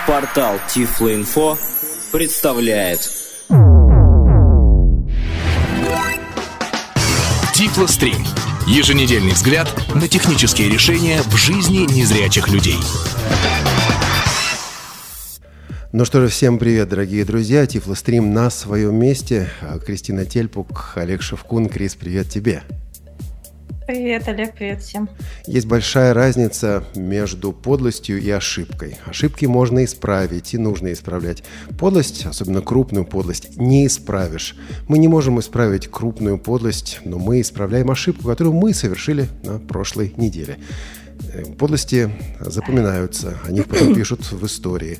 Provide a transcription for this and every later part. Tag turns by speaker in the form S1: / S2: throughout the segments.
S1: Портал Tiflo.info представляет
S2: Tiflo-стрим. Еженедельный взгляд на технические решения в жизни незрячих людей.
S3: Ну что же, всем привет, дорогие друзья. Tiflo-стрим на своем месте. Кристина Тельпук, Олег Шевкун. Крис, привет тебе.
S4: Привет, Олег, привет всем.
S3: Есть большая разница между подлостью и ошибкой. Ошибки можно исправить и нужно исправлять. Подлость, особенно крупную подлость, не исправишь. Мы не можем исправить крупную подлость, но мы исправляем ошибку, которую мы совершили на прошлой неделе. Подлости запоминаются, о них потом пишут в истории.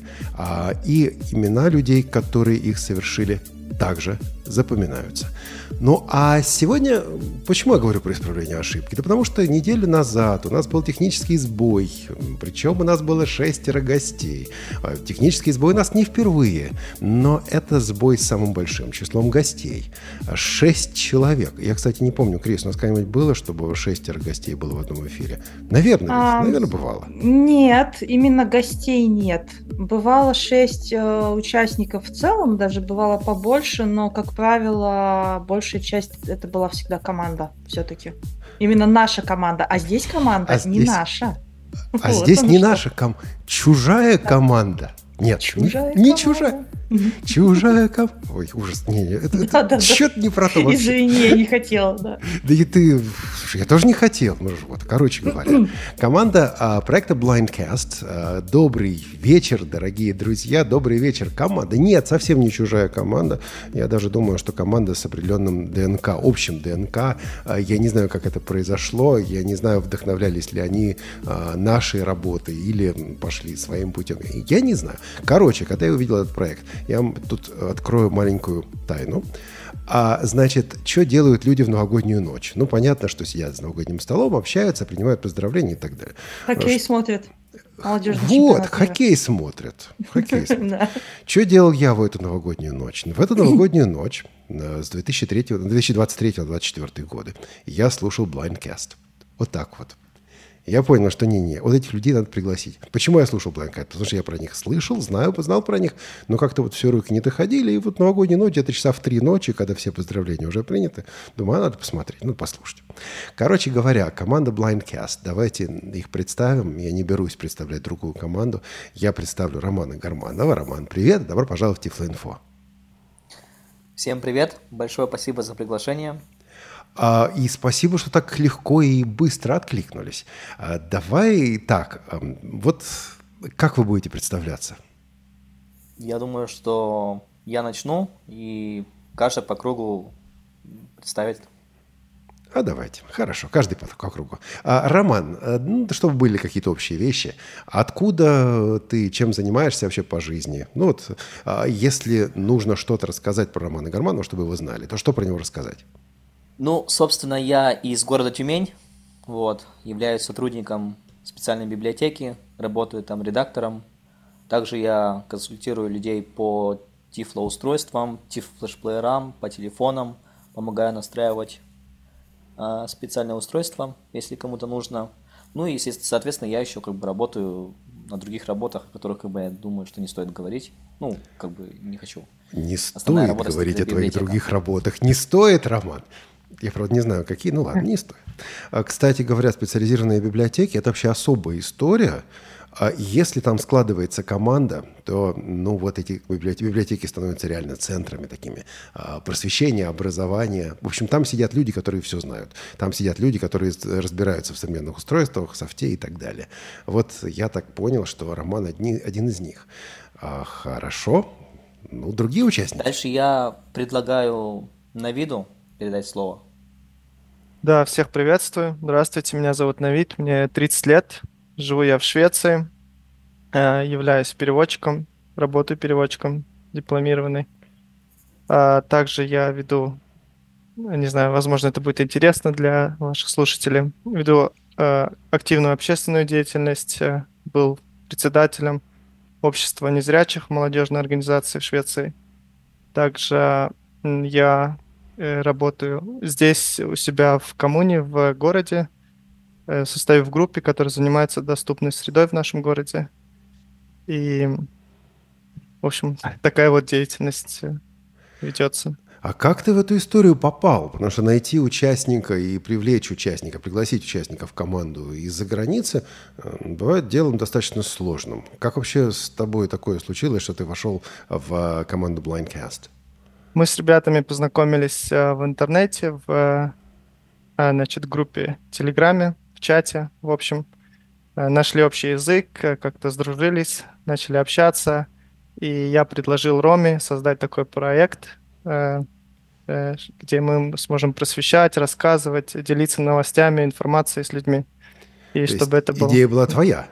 S3: И имена людей, которые их совершили, также запоминаются. Ну, а сегодня, почему я говорю про исправление ошибки? Да потому что неделю назад у нас был технический сбой, причем у нас было 6 гостей. Технический сбой у нас не впервые, но это сбой с самым большим числом гостей. 6 человек. Я, кстати, не помню, Крис, у нас когда-нибудь было, чтобы 6 гостей было в одном эфире? Наверное, бывало.
S4: Нет, именно гостей нет. Бывало 6 участников в целом, даже бывало побольше, но, как правило, большая часть это была всегда команда все-таки. Именно наша команда. А здесь команда не наша.
S3: А вот здесь не наша команда. Чужая команда. Нет, не чужая. Чужая команда. Ой, ужас. Это что-то не про то вообще.
S4: Извини, я не хотела, да.
S3: Да и ты... Я тоже не хотел. Ну, вот, короче говоря. Команда проекта Blindcast. Добрый вечер, дорогие друзья. Добрый вечер, команда. Нет, совсем не чужая команда. Я даже думаю, что команда с определенным ДНК, общим ДНК. Я не знаю, как это произошло. Я не знаю, вдохновлялись ли они нашей работой или пошли своим путем. Я не знаю. Короче, когда я увидел этот проект, я вам тут открою маленькую тайну. Значит, что делают люди в новогоднюю ночь? Ну, понятно, что сидят за новогодним столом, общаются, принимают поздравления и так далее.
S4: Хоккей смотрят.
S3: Вот, хоккей смотрят. Что делал я в эту новогоднюю ночь? В эту новогоднюю ночь с 2023 на 2024 годы я слушал Blindcast. Вот так вот. Я понял, что не-не, вот этих людей надо пригласить. Почему я слушал Blindcast? Потому что я про них слышал, знал про них, но как-то вот все руки не доходили. И вот новогодняя ночь, это часа в 3 ночи, когда все поздравления уже приняты. Думаю, надо посмотреть, послушать. Короче говоря, команда Blindcast. Давайте их представим. Я не берусь представлять другую команду. Я представлю Романа Гарманова. Роман, привет, добро пожаловать в Tiflo.info.
S5: Всем привет, большое спасибо за приглашение.
S3: И спасибо, что так легко и быстро откликнулись. Давай так, вот как вы будете представляться?
S5: Я думаю, что я начну, и каждый по кругу представит.
S3: Давайте. Хорошо, каждый по кругу. Роман, чтобы были какие-то общие вещи, откуда ты, чем занимаешься вообще по жизни? Ну вот, если нужно что-то рассказать про Романа Гарманова, чтобы его знали, то что про него рассказать?
S5: Ну, собственно, я из города Тюмень, являюсь сотрудником специальной библиотеки, работаю там редактором. Также я консультирую людей по Tiflo-устройствам, Tiflo-флешплеерам, по телефонам, помогаю настраивать специальные устройства, если кому-то нужно. Ну и, соответственно, я еще работаю на других работах, о которых я думаю, что не стоит говорить. Не хочу.
S3: Не стоит говорить о твоих других работах. Не стоит, Роман. Я, правда, не знаю, какие. Ну ладно, не стоит. Кстати говоря, специализированные библиотеки – это вообще особая история. Если там складывается команда, то эти библиотеки становятся реально центрами такими просвещения, образования. В общем, там сидят люди, которые все знают. Там сидят люди, которые разбираются в современных устройствах, софте и так далее. Вот я так понял, что Роман один из них. Хорошо. Другие участники.
S5: Дальше я предлагаю Навиду передать слово.
S6: Да, всех приветствую. Здравствуйте, меня зовут Навид, мне 30 лет. Живу я в Швеции, являюсь переводчиком, работаю переводчиком дипломированный. Также я веду, не знаю, возможно, это будет интересно для ваших слушателей, веду активную общественную деятельность, был председателем общества незрячих, молодежной организации в Швеции. Также я работаю здесь у себя в коммуне, в городе, состою в группе, которая занимается доступной средой в нашем городе. И В общем, такая вот деятельность ведется.
S3: А как ты в эту историю попал? Потому что найти участника и привлечь участника, пригласить участника в команду из-за границы бывает делом достаточно сложным. Как вообще с тобой такое случилось, что ты вошел в команду Blindcast?
S6: Мы с ребятами познакомились в интернете, в группе в Телеграме, в чате. В общем, нашли общий язык, как-то сдружились, начали общаться. И я предложил Роме создать такой проект, где мы сможем просвещать, рассказывать, делиться новостями, информацией с людьми. И
S3: То
S6: чтобы
S3: есть
S6: это было...
S3: идея была твоя?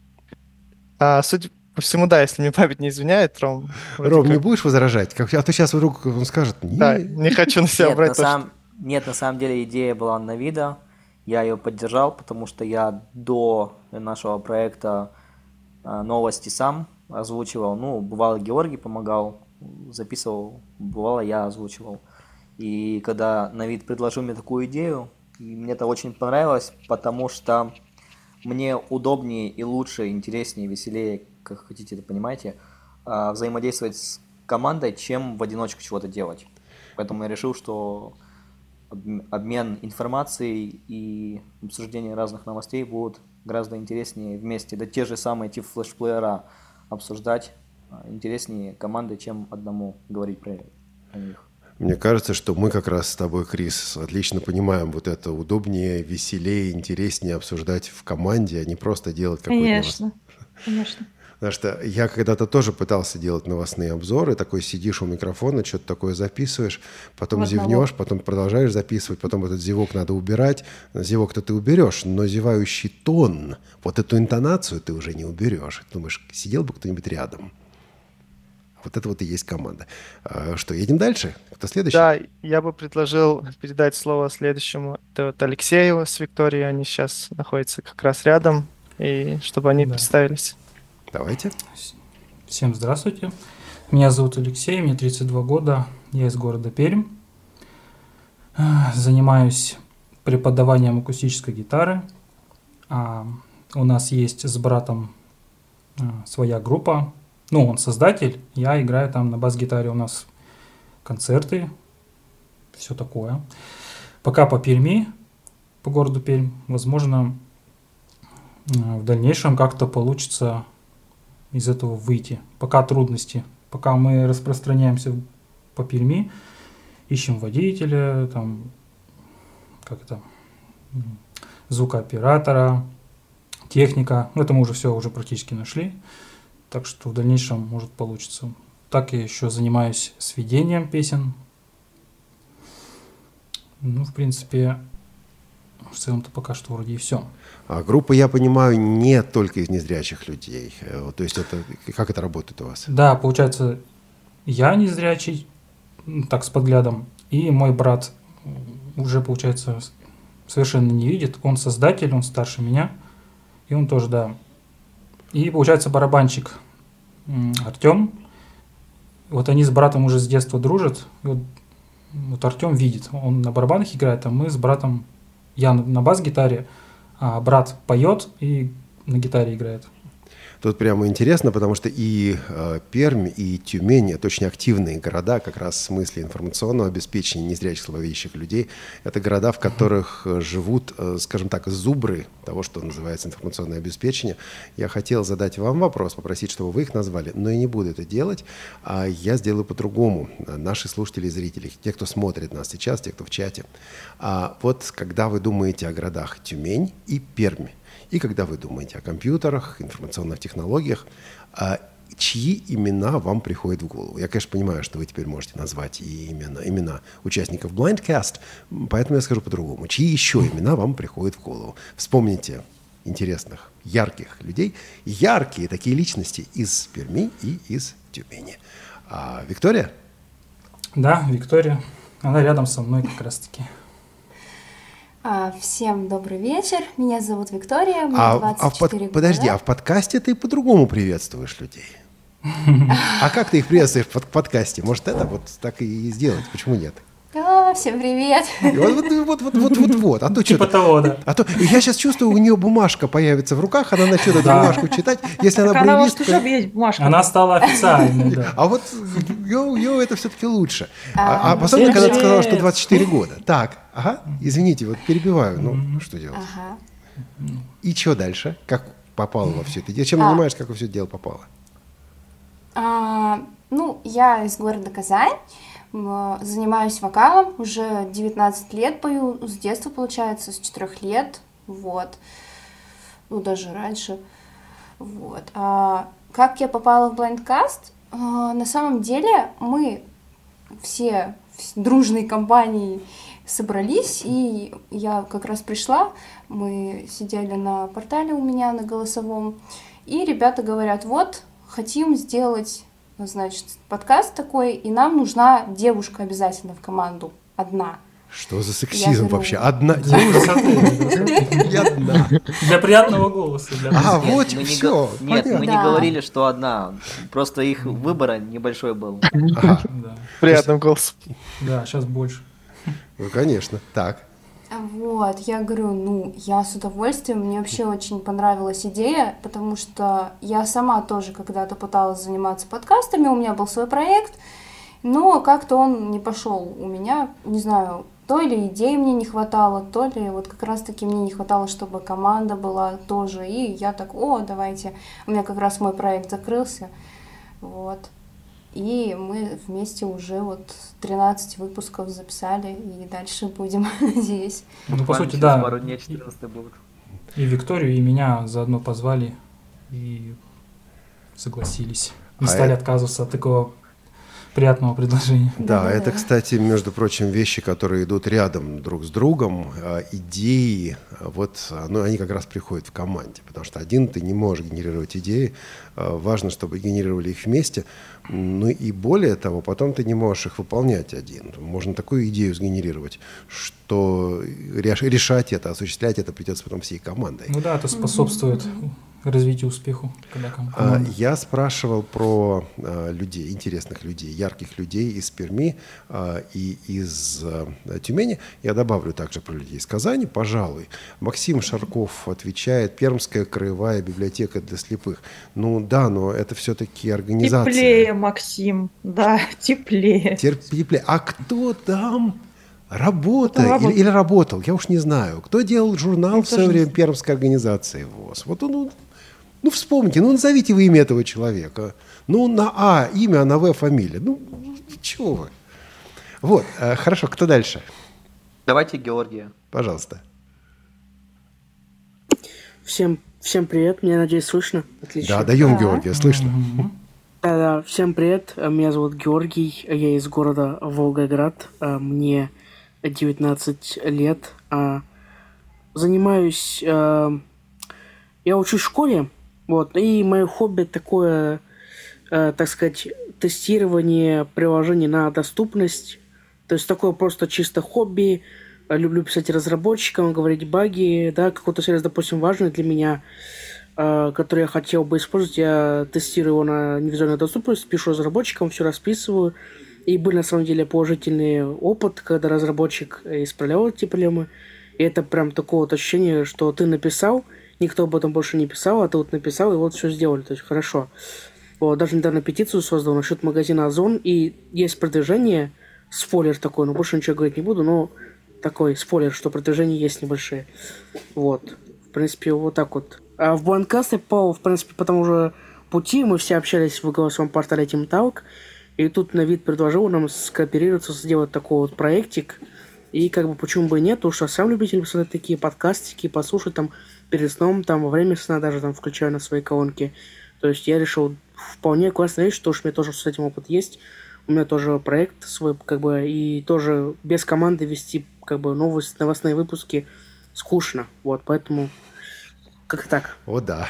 S6: Судя по всему, да, если мне память не изменяет, Ром.
S3: Ром, не будешь возражать? А то сейчас вдруг он скажет...
S6: Да, не хочу на себя брать то,
S5: Нет, на самом деле идея была Навида. Я ее поддержал, потому что я до нашего проекта новости сам озвучивал. Ну, бывало, Георгий помогал, записывал, бывало, я озвучивал. И когда Навид предложил мне такую идею, и мне это очень понравилось, потому что мне удобнее и лучше, интереснее, веселее, как хотите это понимаете, взаимодействовать с командой, чем в одиночку чего-то делать. Поэтому я решил, что обмен информацией и обсуждение разных новостей будут гораздо интереснее вместе. Да те же самые типа флешплеера обсуждать интереснее команды, чем одному говорить про них.
S3: Мне кажется, что мы как раз с тобой, Крис, отлично понимаем вот это удобнее, веселее, интереснее обсуждать в команде, а не просто делать какой-то...
S4: Конечно.
S3: Потому что я когда-то тоже пытался делать новостные обзоры, такой сидишь у микрофона, что-то такое записываешь, потом вот зевнешь, потом продолжаешь записывать, потом этот зевок надо убирать. Зевок-то ты уберешь, но зевающий тон, вот эту интонацию ты уже не уберешь. Думаешь, сидел бы кто-нибудь рядом. Вот это вот и есть команда. Что, едем дальше? Кто следующий?
S6: Да, я бы предложил передать слово следующему. Это вот Алексею с Викторией. Они сейчас находятся как раз рядом. И чтобы они представились.
S3: Давайте.
S7: Всем здравствуйте. Меня зовут Алексей, мне 32 года. Я из города Пермь. Занимаюсь преподаванием акустической гитары. У нас есть с братом своя группа. Ну, он создатель, я играю там на бас-гитаре. У нас концерты, все такое. Пока по Перми, по городу Пермь. Возможно, в дальнейшем как-то получится из этого выйти. Пока трудности. Пока мы распространяемся по Перми, ищем водителя, там, звукооператора, техника. Это мы уже все практически нашли. Так что в дальнейшем может получиться. Так я еще занимаюсь сведением песен. Ну, в принципе, в целом-то пока что вроде и все.
S3: А группа, я понимаю, не только из незрячих людей. То есть это как это работает у вас?
S7: Да, получается, я незрячий, так с подглядом, и мой брат уже, получается, совершенно не видит. Он создатель, он старше меня, и он тоже, да. И, получается, барабанщик Артем. Вот они с братом уже с детства дружат. И вот Артем видит, он на барабанах играет, а мы с братом, я на бас-гитаре, а брат поет и на гитаре играет.
S3: Тут прямо интересно, потому что и Пермь, и Тюмень – это очень активные города, как раз в смысле информационного обеспечения незрячих слабовидящих людей. Это города, в которых живут, скажем так, зубры того, что называется информационное обеспечение. Я хотел задать вам вопрос, попросить, чтобы вы их назвали, но я не буду это делать, а я сделаю по-другому. Наши слушатели и зрители, те, кто смотрит нас сейчас, те, кто в чате. Вот когда вы думаете о городах Тюмень и Пермь, и когда вы думаете о компьютерах, информационных технологиях, чьи имена вам приходят в голову? Я, конечно, понимаю, что вы теперь можете назвать и имена участников Blindcast, поэтому я скажу по-другому. Чьи еще имена вам приходят в голову? Вспомните интересных, ярких людей, яркие такие личности из Перми и из Тюмени. Виктория?
S7: Да, Виктория. Она рядом со мной как раз-таки.
S8: Всем добрый вечер. Меня зовут Виктория, мне 24 года.
S3: Подожди, а в подкасте ты по-другому приветствуешь людей? А как ты их приветствуешь в подкасте? Может, это вот так и сделать? Почему нет?
S8: Да, всем привет.
S3: Вот. А то
S7: Типа того, да.
S3: А то я сейчас чувствую, у нее бумажка появится в руках, она начнет эту бумажку читать. Если она брайлистка...
S4: есть бумажка.
S7: Она стала официальной, да.
S3: А вот Йоу это все-таки лучше. А потом, когда ты сказала, что 24 года. Так, извините, вот перебиваю. Ну, что делать? И что дальше? Как попала во все это? Чем занимаешься, как во все это дело попало?
S8: Я из города Казань. Занимаюсь вокалом, уже 19 лет пою, с детства, получается, с 4 лет, вот, даже раньше, вот. Как я попала в Blindcast? На самом деле мы все дружной компанией собрались, и я как раз пришла, мы сидели на портале у меня на голосовом, и ребята говорят, вот, хотим сделать... Значит, подкаст такой, и нам нужна девушка обязательно в команду. Одна.
S3: Что за сексизм вообще? Одна девушка? Одна.
S7: Для приятного голоса.
S3: Вот все.
S5: Нет, мы не говорили, что одна. Просто их выбора небольшой был.
S6: Приятным голосом.
S7: Да, сейчас больше.
S3: Ну, конечно. Так.
S8: Вот, я говорю, я с удовольствием, мне вообще очень понравилась идея, потому что я сама тоже когда-то пыталась заниматься подкастами, у меня был свой проект, но как-то он не пошел у меня, не знаю, то ли идей мне не хватало, то ли вот как раз-таки мне не хватало, чтобы команда была тоже, и я так, давайте, у меня как раз мой проект закрылся, вот. И мы вместе уже 13 выпусков записали, и дальше будем, надеюсь.
S7: По сути, да.
S5: Пару дней 14 будут.
S7: И Викторию, и меня заодно позвали, и согласились. Не стали отказываться от такого приятного предложения.
S3: Да, это, кстати, между прочим, вещи, которые идут рядом друг с другом, идеи, они как раз приходят в команде, потому что один ты не можешь генерировать идеи, важно, чтобы генерировали их вместе, и более того, потом ты не можешь их выполнять один. Можно такую идею сгенерировать, что решать это, осуществлять это придется потом всей командой.
S7: Это способствует развитию успеху.
S3: Я спрашивал про людей, интересных людей, ярких людей из Перми и из Тюмени. Я добавлю также про людей из Казани, пожалуй. Максим Шарков отвечает: Пермская краевая библиотека для слепых. Но это все-таки организация.
S4: Теплее, Максим, да, теплее.
S3: Теплее. А кто там работает или работал? Я уж не знаю. Кто делал журнал в свое время Пермской организации ВОС? Вспомните, назовите вы имя этого человека. На А имя, а на В фамилия. Чего вы? Хорошо, кто дальше?
S5: Давайте Георгия.
S3: Пожалуйста.
S9: Всем привет, меня, надеюсь, слышно? Отлично.
S3: Да, даем Георгия, слышно.
S9: Да, всем привет, меня зовут Георгий, я из города Волгоград, мне 19 лет. Занимаюсь, я учусь в школе, и мое хобби такое, так сказать, тестирование приложений на доступность. То есть такое просто чисто хобби. Люблю писать разработчикам, говорить баги, какой-то сервис, допустим, важный для меня, который я хотел бы использовать. Я тестирую его на невизуальную доступность, пишу разработчикам, все расписываю. И был, на самом деле, положительный опыт, когда разработчик исправлял эти проблемы. И это прям такое ощущение, что ты написал, никто об этом больше не писал, а ты написал, и все сделали. То есть хорошо. Даже недавно петицию создал насчет магазина Озон, и есть продвижение, спойлер такой, больше ничего говорить не буду, но такой спойлер, что продвижения есть небольшие. В принципе, так вот. А в Blindcast я попал, в принципе, по тому же пути, мы все общались в голосовом портале Team Talk, и тут Навид предложил нам скооперироваться, сделать такой проектик, и почему бы и нет, потому что сам любитель писать такие подкастики, послушать перед сном, во время сна даже включаю на свои колонки. То есть я решил, вполне классная вещь, потому что у меня тоже с этим опыт есть. У меня тоже проект свой, и тоже без команды вести, новостные выпуски скучно. Поэтому как так.
S3: Да.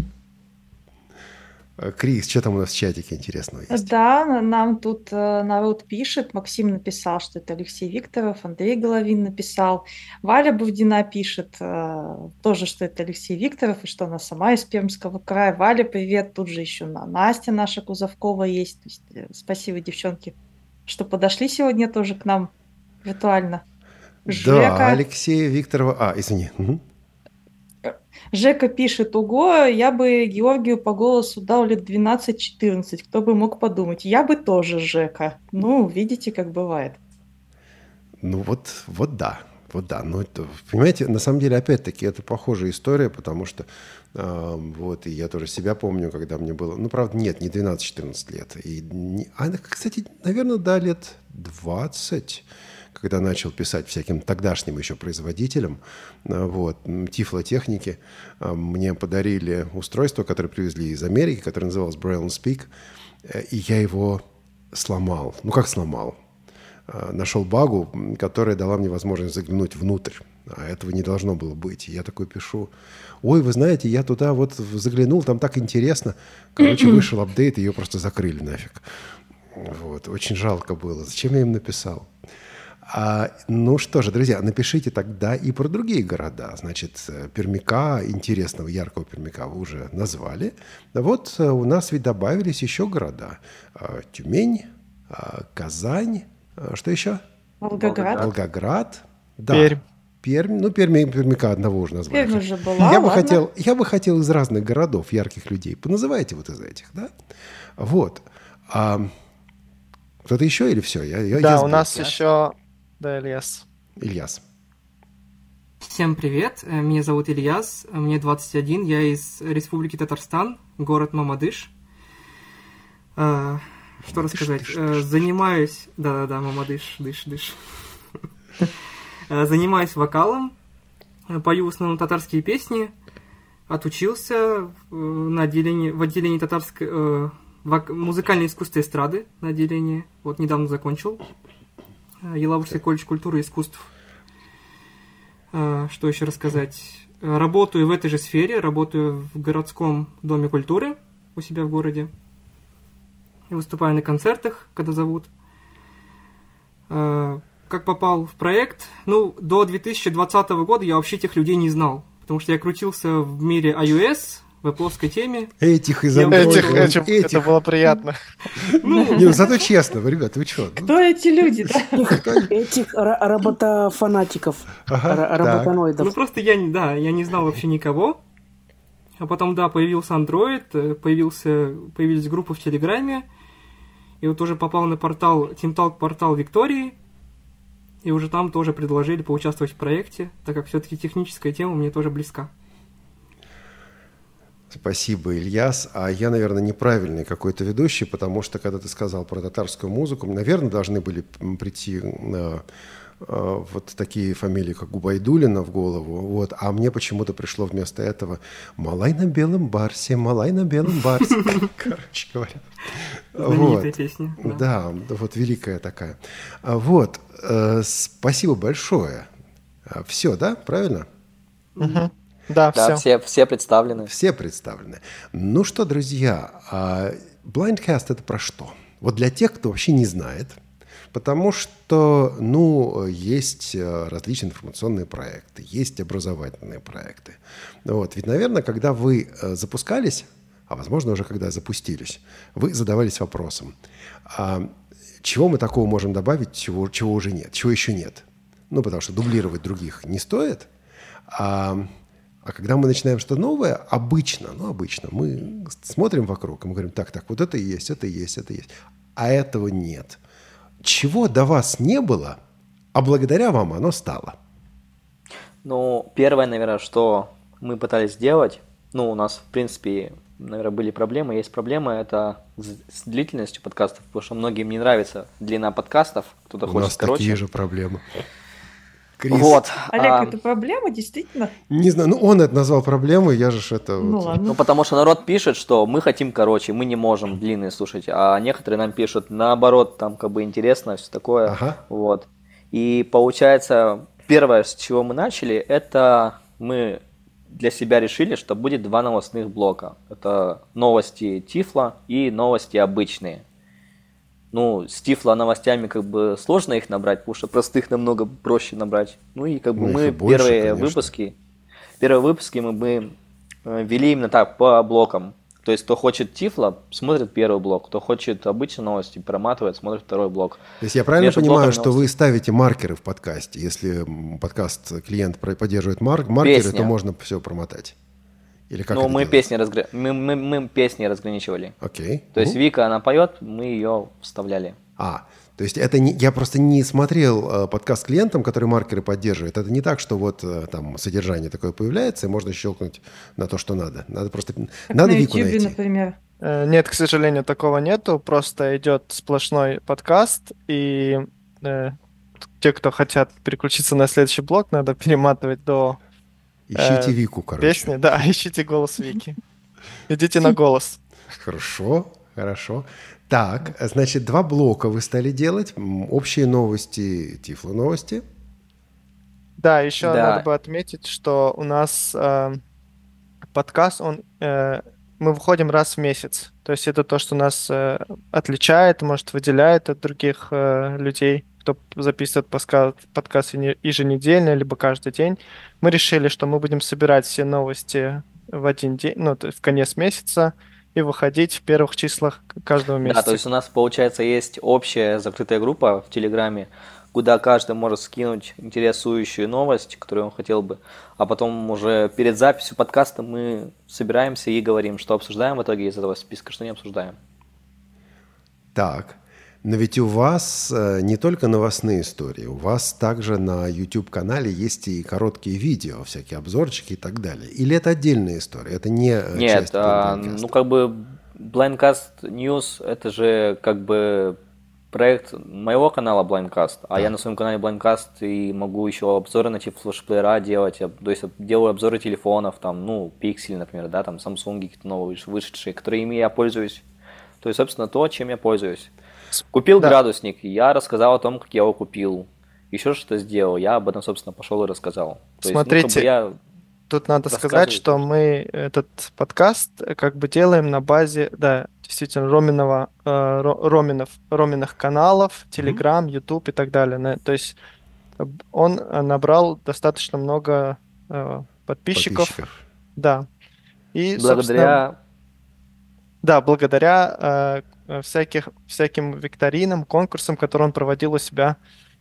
S3: Крис, что там у нас в чатике интересного есть?
S4: Да, нам тут народ пишет. Максим написал, что это Алексей Викторов, Андрей Головин написал. Валя Бавдина пишет тоже, что это Алексей Викторов, и что она сама из Пермского края. Валя, привет. Тут же еще Настя наша Кузовкова есть. То есть, спасибо, девчонки, что подошли сегодня тоже к нам виртуально.
S3: Да,
S4: Жека,
S3: Алексея Викторова... извини.
S4: Жека пишет, ого, я бы Георгию по голосу дал лет 12-14, кто бы мог подумать. Я бы тоже, Жека. Ну, видите, как бывает.
S3: Ну вот да. Вот да, но это, понимаете, на самом деле, опять-таки, это похожая история, потому что вот, и я тоже себя помню, когда мне было, ну, правда, нет, не 12-14 лет. Кстати, наверное, да, лет 20, когда начал писать всяким тогдашним еще производителям, вот, тифлотехники, мне подарили устройство, которое привезли из Америки, которое называлось Braille and Speak, и я его сломал. Ну, как сломал? Нашел багу, которая дала мне возможность заглянуть внутрь. А этого не должно было быть. И я такой пишу, ой, вы знаете, я туда вот заглянул, там так интересно. Короче, вышел апдейт, и ее просто закрыли нафиг. Вот. Очень жалко было. Зачем я им написал? Ну что же, друзья, напишите тогда и про другие города. Значит, Пермяка, интересного, яркого Пермяка вы уже назвали. Вот у нас ведь добавились еще города. Тюмень, Казань. Что еще? Волгоград. Да. Пермь. Ну, Пермяка одного уже назвали.
S4: Пермь уже была,
S3: я бы хотел из разных городов ярких людей. Поназывайте вот из этих, да? Вот. Кто-то еще или все?
S6: Да, у нас еще... Да, Ильяс.
S10: Всем привет, меня зовут Ильяс, мне 21, я из Республики Татарстан, город Мамадыш. Что рассказать? Занимаюсь... Да-да-да, Мамадыш, дыш. Занимаюсь вокалом, пою в основном татарские песни, отучился в отделении татарской... музыкальное искусство эстрады на отделении. Вот недавно закончил. Елабужский колледж культуры и искусств. Что еще рассказать? Работаю в этой же сфере, работаю в городском доме культуры у себя в городе. И выступаю на концертах, когда зовут. Как попал в проект? Ну, до 2020 года я вообще этих людей не знал. Потому что я крутился в мире iOS, в Apple-овской теме.
S3: Этих.
S6: Это было приятно.
S3: Зато честно, ребята, вы что?
S4: Кто эти люди, да?
S9: Этих роботофанатиков, роботоноидов.
S10: Ну, просто я не знал вообще никого. А потом, да, появился Android, появились группы в Телеграме. И вот уже попал на портал, TeamTalk портал Виктории. И уже там тоже предложили поучаствовать в проекте, так как все-таки техническая тема мне тоже близка.
S3: Спасибо, Ильяс. А я, наверное, неправильный какой-то ведущий, потому что, когда ты сказал про татарскую музыку, наверное, должны были прийти вот такие фамилии, как Губайдулина в голову. Вот. А мне почему-то пришло вместо этого «Малай на белом барсе, малай на белом барсе». Короче говоря.
S10: Знаменитая песня.
S3: Да, вот великая такая. Вот. Спасибо большое. Все, да? Правильно?
S6: Да,
S5: все представлены.
S3: Все представлены. Ну что, друзья, Blindcast — это про что? Вот для тех, кто вообще не знает, потому что, есть различные информационные проекты, есть образовательные проекты. Вот. Ведь, наверное, когда вы запускались, а возможно уже когда запустились, вы задавались вопросом, чего мы такого можем добавить, чего уже нет, чего еще нет. Ну, потому что дублировать других не стоит, а когда мы начинаем что-то новое, обычно мы смотрим вокруг, и мы говорим, так, вот это есть, а этого нет. Чего до вас не было, а благодаря вам оно стало?
S5: Ну, первое, наверное, что мы пытались сделать, у нас, в принципе, наверное, были проблемы, есть проблема, это с длительностью подкастов, потому что многим не нравится длина подкастов, кто-то хочет короче.
S3: У нас такие же проблемы.
S5: Крис. Вот.
S4: Олег, это проблема, действительно?
S3: Не знаю, он это назвал проблемой, я же это...
S4: Ладно.
S5: Потому что народ пишет, что мы хотим короче, мы не можем длинные слушать, а некоторые нам пишут наоборот, там интересно, все такое.
S3: Ага.
S5: Вот. И получается, первое, с чего мы начали, это мы для себя решили, что будет 2 новостных блока. Это новости Тифла и новости обычные. С Тифла новостями сложно их набрать, потому что простых намного проще набрать. Мы первые выпуски мы вели именно так, по блокам. То есть, кто хочет Тифло, смотрит первый блок, кто хочет обычные новости, проматывает, смотрит второй блок.
S3: То есть я правильно
S5: Между
S3: понимаю,
S5: блоками
S3: что
S5: новостей.
S3: вы ставите маркеры в подкасте? Если подкаст клиент поддерживает маркеры,
S5: Песня.
S3: то можно все промотать? Или как
S5: Ну,
S3: это
S5: мы
S3: делается?
S5: мы песни разграничивали.
S3: Окей.
S5: То есть Вика, она поет, мы ее вставляли.
S3: То есть это не, я просто не смотрел подкаст с клиентом, который маркеры поддерживает. Это не так, что вот там содержание такое появляется, и можно щелкнуть на то, что надо. Надо просто
S4: Как
S3: надо
S4: на
S3: Вику
S4: YouTube,
S3: найти.
S4: например.
S6: Нет, к сожалению, такого нету. Просто идет сплошной подкаст, и те, кто хотят переключиться на следующий блок, надо перематывать до
S3: Ищите Вику, короче.
S6: песни. Да, ищите голос Вики. Идите на голос.
S3: Хорошо, хорошо. Так, значит, 2 блока вы стали делать. Общие новости, Тифло новости.
S6: Да, еще
S5: Да.
S6: надо бы отметить, что у нас подкаст, мы выходим раз в месяц. То есть это то, что нас отличает, может, выделяет от других людей, кто записывает подкаст еженедельно, либо каждый день. Мы решили, что мы будем собирать все новости в один день, ну, то есть в конец месяца, и выходить в первых числах каждого месяца.
S5: Да, то есть у нас, получается, есть общая закрытая группа в Телеграме, куда каждый может скинуть интересующую новость, которую он хотел бы, а потом уже перед записью подкаста мы собираемся и говорим, что обсуждаем в итоге из этого списка, что не обсуждаем.
S3: Так, но ведь у вас не только новостные истории, у вас также на YouTube-канале есть и короткие видео, всякие обзорчики и так далее. Или это отдельная история? Это не
S5: Нет,
S3: часть Blindcast?
S5: ну как бы Blindcast News это же как бы проект моего канала Blindcast, а я на своем канале Blindcast и могу еще обзоры на типа флешплеера делать, то есть делаю обзоры телефонов, там, ну, Pixel, например, да, там, Samsung какие-то новые вышедшие, которыми я пользуюсь. То есть, собственно, то, чем я пользуюсь. Купил градусник, я рассказал о том, как я его купил. Еще что-то сделал, я об этом, собственно, пошел и рассказал. То
S6: Смотрите,
S5: есть,
S6: тут надо сказать, что мы этот подкаст как бы делаем на базе, да, действительно, Роминых каналов, Telegram, YouTube и так далее. То есть он набрал достаточно много подписчиков. Да. И, благодаря всяким викторинам, конкурсам, которые он проводил у себя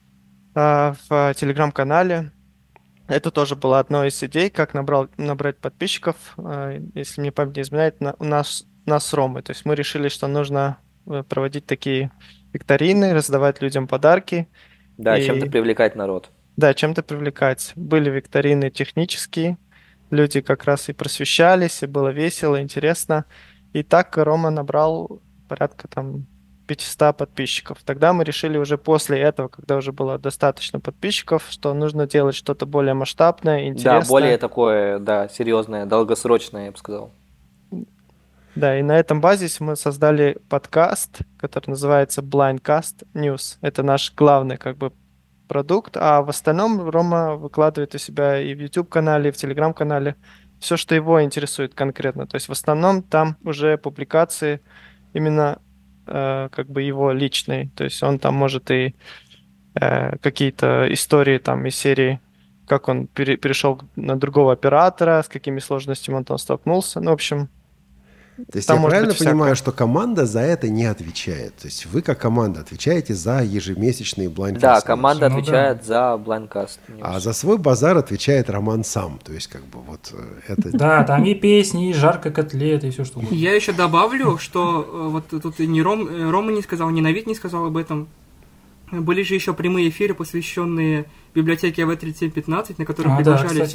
S6: в Телеграм-канале. Это тоже была одной из идей, как набрать подписчиков, если мне память не изменяет, у нас с Ромой. То есть мы решили, что нужно проводить такие викторины, раздавать людям подарки.
S5: Да, чем-то привлекать народ.
S6: Да, чем-то привлекать. Были викторины технические, люди как раз и просвещались, и было весело, интересно. И так Рома набрал порядка там 500 подписчиков. Тогда мы решили уже после этого, когда уже было достаточно подписчиков, что нужно делать что-то более масштабное, интересное.
S5: Да, более такое, да, серьезное, долгосрочное, я бы сказал.
S6: Да, и на этом базисе мы создали подкаст, который называется Blindcast News. Это наш главный как бы продукт, а в остальном Рома выкладывает у себя и в YouTube-канале, и в Telegram-канале все, что его интересует конкретно. То есть в основном там уже публикации именно как бы его личные. То есть он там может и какие-то истории там из серии, как он перешел на другого оператора, с какими сложностями он там столкнулся. Ну, в общем,
S3: то есть я правильно понимаю, что команда за это не отвечает? То есть вы как команда отвечаете за ежемесячные Blindcast?
S5: Да, команда отвечает за Blindcast.
S3: А за свой базар отвечает Роман сам. То есть как бы вот это...
S7: Да, там и песни, и жарка котлет, и все что угодно.
S10: Я еще добавлю, что вот тут ни Рома не сказал, ни Навид не сказал об этом. Были же еще прямые эфиры, посвященные библиотеке AV3715, на которых приглашались...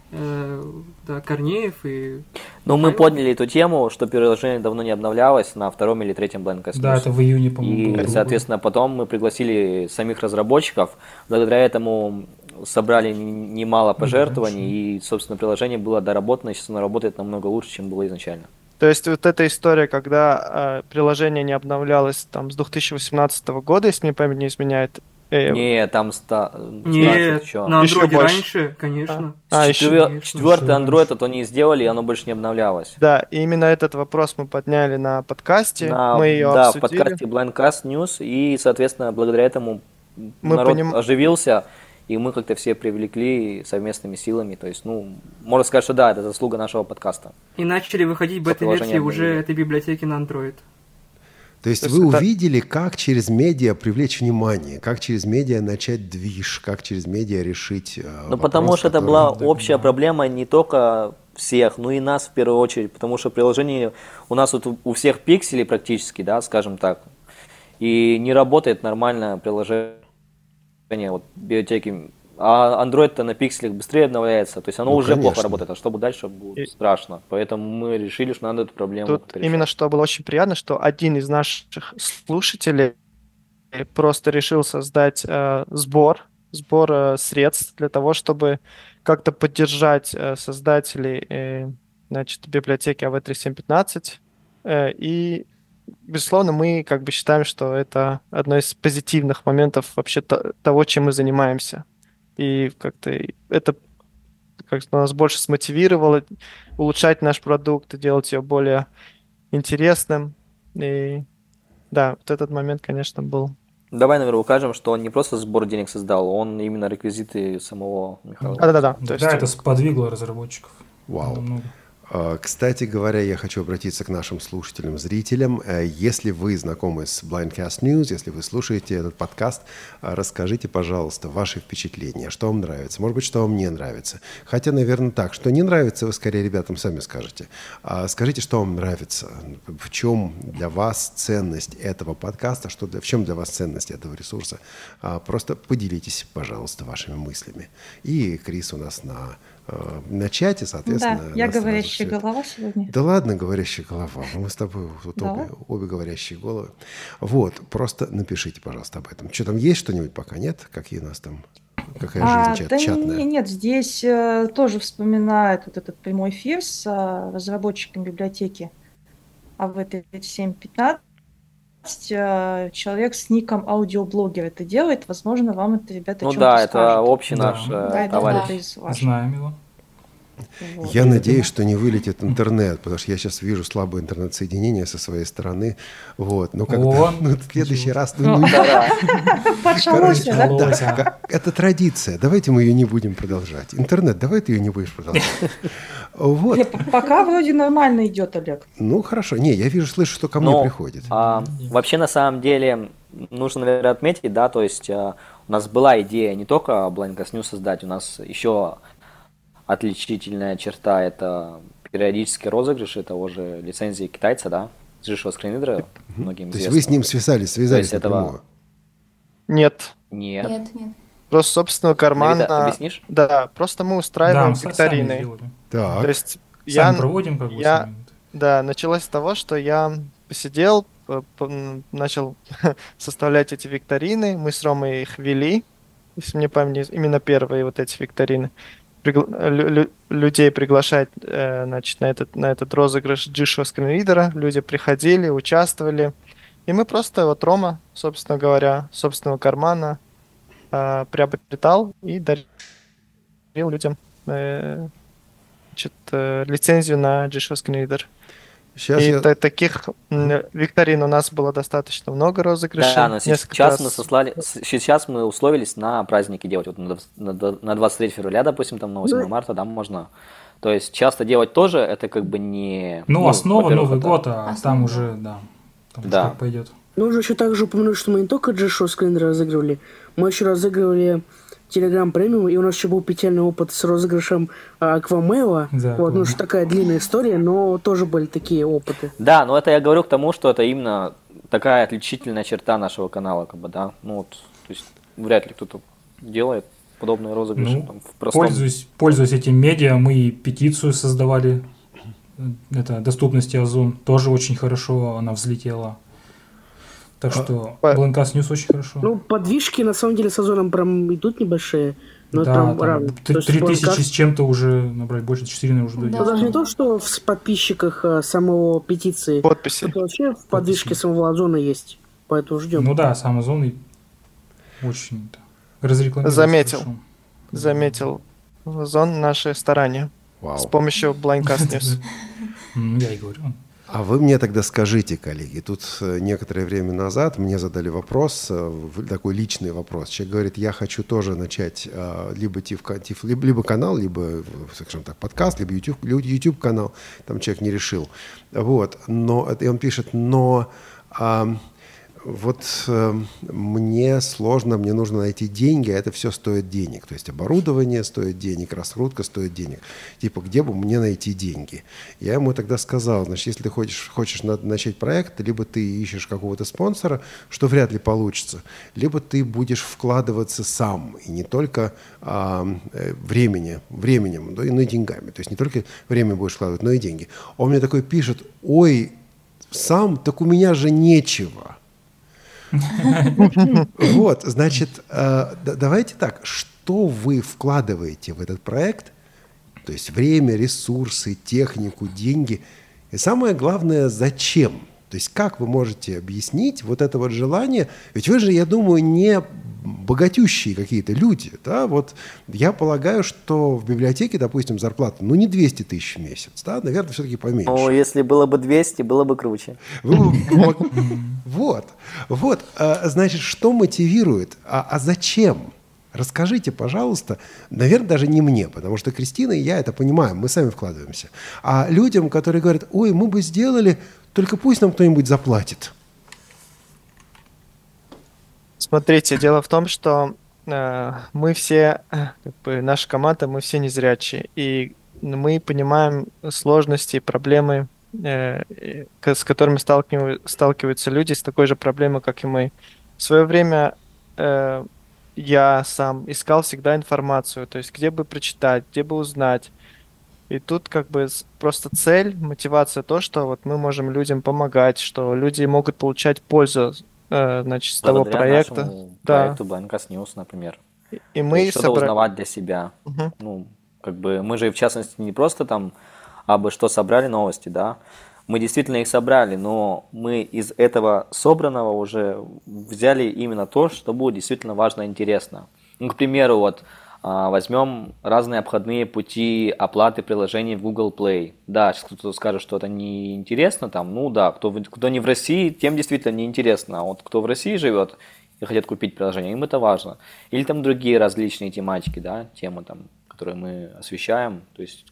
S10: Да, Корнеев и...
S5: Ну, мы подняли эту тему, что приложение давно не обновлялось на 2-м или 3-м Blindcast.
S7: Да, это в июне, по-моему.
S5: И, соответственно, потом мы пригласили самих разработчиков. Благодаря этому собрали немало пожертвований, и, собственно, приложение было доработано, сейчас оно работает намного лучше, чем было изначально.
S6: То есть вот эта история, когда приложение не обновлялось там с 2018 года, если мне память не изменяет.
S5: Не, там
S10: Нет, на андроиде раньше, конечно.
S5: Четвертый Android это они сделали, и оно больше не обновлялось.
S6: Да, и именно этот вопрос мы подняли на подкасте, мы ее обсудили.
S5: Да, в подкасте Blindcast News, и, соответственно, благодаря этому народ оживился, и мы как-то все привлекли совместными силами. То есть, ну, можно сказать, что да, это заслуга нашего подкаста.
S10: И начали выходить бета-версии уже этой библиотеки на Android.
S3: То есть вы увидели, как через медиа привлечь внимание, как через медиа начать движ, как через медиа решить
S5: Ну, потому что это была общая проблема не только всех, но и нас в первую очередь, потому что приложение у нас вот у всех пикселей практически, да, скажем так, и не работает нормально приложение вот, библиотеки. А Android-то на пикселях быстрее обновляется, то есть оно уже
S6: конечно.
S5: плохо работает, а чтобы дальше будет страшно. Поэтому мы решили, что надо эту проблему
S6: Тут именно что было очень приятно, что один из наших слушателей просто решил создать сбор средств для того, чтобы как-то поддержать создателей значит, библиотеки AV3715. И, безусловно, мы как бы считаем, что это одно из позитивных моментов вообще того, чем мы занимаемся. И как-то это как-то нас больше смотивировало улучшать наш продукт и делать его более интересным. И да, вот этот момент, конечно, был.
S5: Давай, наверное, укажем, что он не просто сбор денег создал, он именно реквизиты самого Михаила.
S6: Да.
S7: Да, это сподвигло разработчиков.
S3: Вау. Кстати говоря, я хочу обратиться к нашим слушателям, зрителям. Если вы знакомы с Blindcast News, если вы слушаете этот подкаст, расскажите, пожалуйста, ваши впечатления, что вам нравится, может быть, что вам не нравится. Хотя, наверное, так, что не нравится, вы скорее ребятам сами скажете. Скажите, что вам нравится, в чем для вас ценность этого подкаста, в чем для вас ценность этого ресурса. Просто поделитесь, пожалуйста, вашими мыслями. И Крис у нас на чате, соответственно.
S4: Да, я говорящая голова сегодня.
S3: Да ладно, говорящая голова. Мы с тобой вот обе говорящие головы. Вот, просто напишите, пожалуйста, об этом. Что там, есть что-нибудь пока? Нет? Какие у нас там? Какая жизнь чатная?
S4: Нет, здесь тоже вспоминают вот этот прямой эфир с разработчиком библиотеки AV3715. Человек с ником аудиоблогер это делает, возможно, вам это, ребята,
S5: ну да, это общий наш товарищ.
S7: Знаем его.
S4: Вот.
S3: Я надеюсь, что не вылетит интернет, потому что я сейчас вижу слабое интернет-соединение со своей стороны. Вот. Но в следующий раз...
S4: Почалось,
S3: да? Это традиция. Давайте мы ее не будем продолжать. Интернет, давай ты ее не будешь продолжать. Вот.
S4: Пока вроде нормально идет, Олег.
S3: Ну, хорошо. Не, я слышу, что ко мне приходит.
S5: Вообще, на самом деле, нужно, наверное, отметить, да, то есть у нас была идея не только Blindcast News создать, у нас еще отличительная черта – это периодические розыгрыши того же лицензии китайца, да, с Jisho скринридера, многим
S3: известно.
S5: То
S3: есть вы с ним связались
S5: напрямую?
S6: Нет. Просто собственного кармана.
S5: Давид, объяснишь?
S6: Да, просто мы устраиваем викторины.
S3: Так.
S6: То есть
S7: сами проводим как бы.
S6: Да, началось с того, что я посидел, начал составлять эти викторины, мы с Ромой их вели, если мне память, именно первые вот эти викторины. Людей приглашать, значит, на этот розыгрыш Jisho скринридера. Люди приходили, участвовали. И мы просто, вот Рома, собственно говоря, собственного кармана приобретал и дарил людям лицензию на Jisho скринридер. Таких викторин у нас было достаточно много розыгрышей.
S5: Да, но сейчас мы условились на праздники делать. Вот на 23 февраля, допустим, там на 8 марта, да, можно. То есть часто делать тоже, это как бы не...
S7: Ну, основа Новый год, а там уже, да, там пойдет.
S9: Нужно еще также упомянуть, что мы не только Jisho скринридер разыгрывали, мы еще разыгрывали Telegram премиум, и у нас еще был печальный опыт с розыгрышем Аквамейла. Да, вот, ну, что такая длинная история, но тоже были такие опыты.
S5: Да, но это я говорю к тому, что это именно такая отличительная черта нашего канала, как бы, да. Ну вот, то есть вряд ли кто-то делает подобные розыгрыши.
S7: Ну,
S5: там, в простом...
S7: Пользуясь этим медиа, мы и петицию создавали. Это доступности Озон. Тоже очень хорошо она взлетела. Так что Blindcast News очень хорошо.
S9: Ну, подвижки на самом деле с Озоном прям идут небольшие. Но
S7: да, там 3000 с чем-то уже набрать, больше 4 уже дойдет.
S9: Это даже не то, что в подписчиках самого петиции.
S6: Подписи.
S9: Это вообще в подвижке самого Озона есть. Поэтому ждем.
S7: Ну да, сам Озон очень разрекламировал.
S6: Заметил Озон наши старания.
S3: Вау.
S6: С помощью Blindcast News.
S7: Я и говорю.
S3: А вы мне тогда скажите, коллеги, тут некоторое время назад мне задали вопрос, такой личный вопрос. Человек говорит, я хочу тоже начать либо либо канал, либо, скажем так, подкаст, либо YouTube канал. Там человек не решил. Вот. И он пишет, мне сложно, мне нужно найти деньги, а это все стоит денег. То есть оборудование стоит денег, раскрутка стоит денег. Типа, где бы мне найти деньги? Я ему тогда сказал, значит, если ты хочешь начать проект, либо ты ищешь какого-то спонсора, что вряд ли получится, либо ты будешь вкладываться сам, и не только временем, но и деньгами. То есть не только время будешь вкладывать, но и деньги. Он мне такой пишет, ой, сам, так у меня же нечего. Вот, значит, давайте так, что вы вкладываете в этот проект, то есть время, ресурсы, технику, деньги, и самое главное, зачем? То есть как вы можете объяснить вот это вот желание, ведь вы же, я думаю, не богатющие какие-то люди, да, вот я полагаю, что в библиотеке, допустим, зарплата, не 200 тысяч в месяц, да, наверное, все-таки поменьше.
S5: Если было бы 200, было бы круче.
S3: Вот, значит, что мотивирует, а зачем? Расскажите, пожалуйста, наверное, даже не мне, потому что Кристина и я это понимаем, мы сами вкладываемся, а людям, которые говорят, ой, мы бы сделали, только пусть нам кто-нибудь заплатит.
S6: Смотрите, дело в том, что мы все, наша команда, мы все незрячие, и мы понимаем сложности и проблемы, с которыми сталкиваются люди с такой же проблемой, как и мы. В свое время я сам искал всегда информацию, то есть где бы прочитать, где бы узнать. И тут просто цель, мотивация то, что вот мы можем людям помогать, что люди могут получать пользу, с того проекта.
S5: Нашему проекту Blindcast News, например.
S6: И мы
S5: что-то узнавать для себя. Мы же, в частности, не просто там абы что собрали новости, да. Мы действительно их собрали, но мы из этого собранного уже взяли именно то, что будет действительно важно и интересно. К примеру, возьмем разные обходные пути оплаты приложений в Google Play. Да, сейчас кто-то скажет, что это не интересно, кто не в России, тем действительно не интересно. А вот кто в России живет и хотят купить приложение, им это важно. Или там другие различные тематики, да, темы, которые мы освещаем, то есть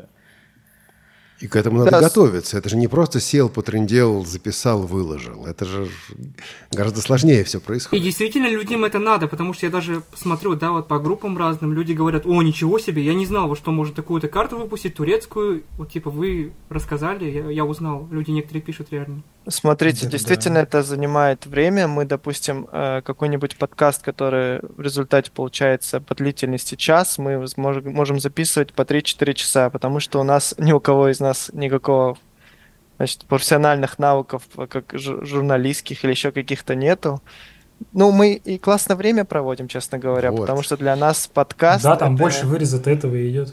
S3: И к этому надо готовиться. Это же не просто сел, потрындел, записал, выложил. Это же гораздо сложнее все происходит.
S10: И действительно людям это надо, потому что я даже смотрю, по группам разным, люди говорят, о, ничего себе, я не знал, что может такую-то карту выпустить, турецкую. Вы рассказали, я узнал. Люди некоторые пишут реально.
S6: Смотрите, действительно это занимает время. Мы, допустим, какой-нибудь подкаст, который в результате получается по длительности час, мы можем записывать по 3-4 часа, потому что у нас ни у кого из нас никакого профессиональных навыков, как журналистских или еще каких-то нету. Мы и классное время проводим, честно говоря, потому что для нас подкаст...
S7: Да, там больше выреза этого и идет.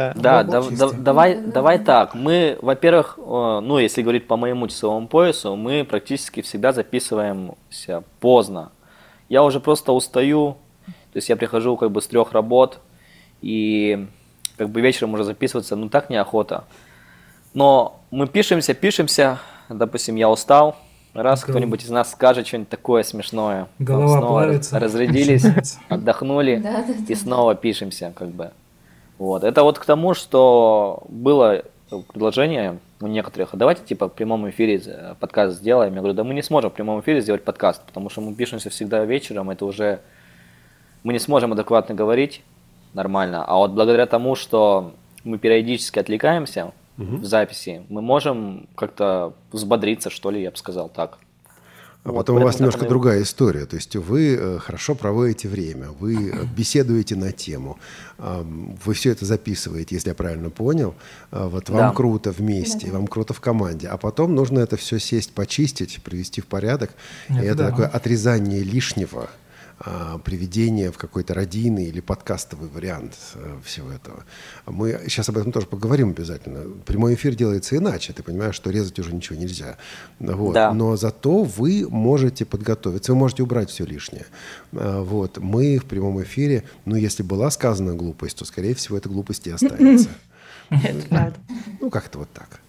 S5: Давай так. Мы, во-первых, если говорить по моему часовому поясу, мы практически всегда записываемся поздно. Я уже просто устаю, то есть я прихожу с 3 работ, и вечером уже записываться, так неохота. Но мы пишемся, допустим, я устал, кто-нибудь из нас скажет что-нибудь такое смешное.
S7: Голова
S5: снова
S7: плавится.
S5: Разрядились, отдохнули и снова пишемся, Вот. Это к тому, что было предложение у некоторых, давайте в прямом эфире подкаст сделаем. Я говорю, да мы не сможем в прямом эфире сделать подкаст, потому что мы пишемся всегда вечером, это уже мы не сможем адекватно говорить нормально. А благодаря тому, что мы периодически отвлекаемся в записи, мы можем как-то взбодриться, что ли, я бы сказал так.
S3: А потом у вас немножко другая история. То есть вы хорошо проводите время, вы беседуете на тему, вы все это записываете, если я правильно понял. Вам круто вместе, вам круто в команде. А потом нужно это все сесть, почистить, привести в порядок. И это такое отрезание лишнего, приведение в какой-то радийный или подкастовый вариант всего этого. Мы сейчас об этом тоже поговорим обязательно. Прямой эфир делается иначе. Ты понимаешь, что резать уже ничего нельзя. Да. Но зато вы можете подготовиться, вы можете убрать все лишнее. Мы в прямом эфире, если была сказана глупость, то, скорее всего, эта глупость и останется.
S4: Это правда.
S3: Как-то вот так.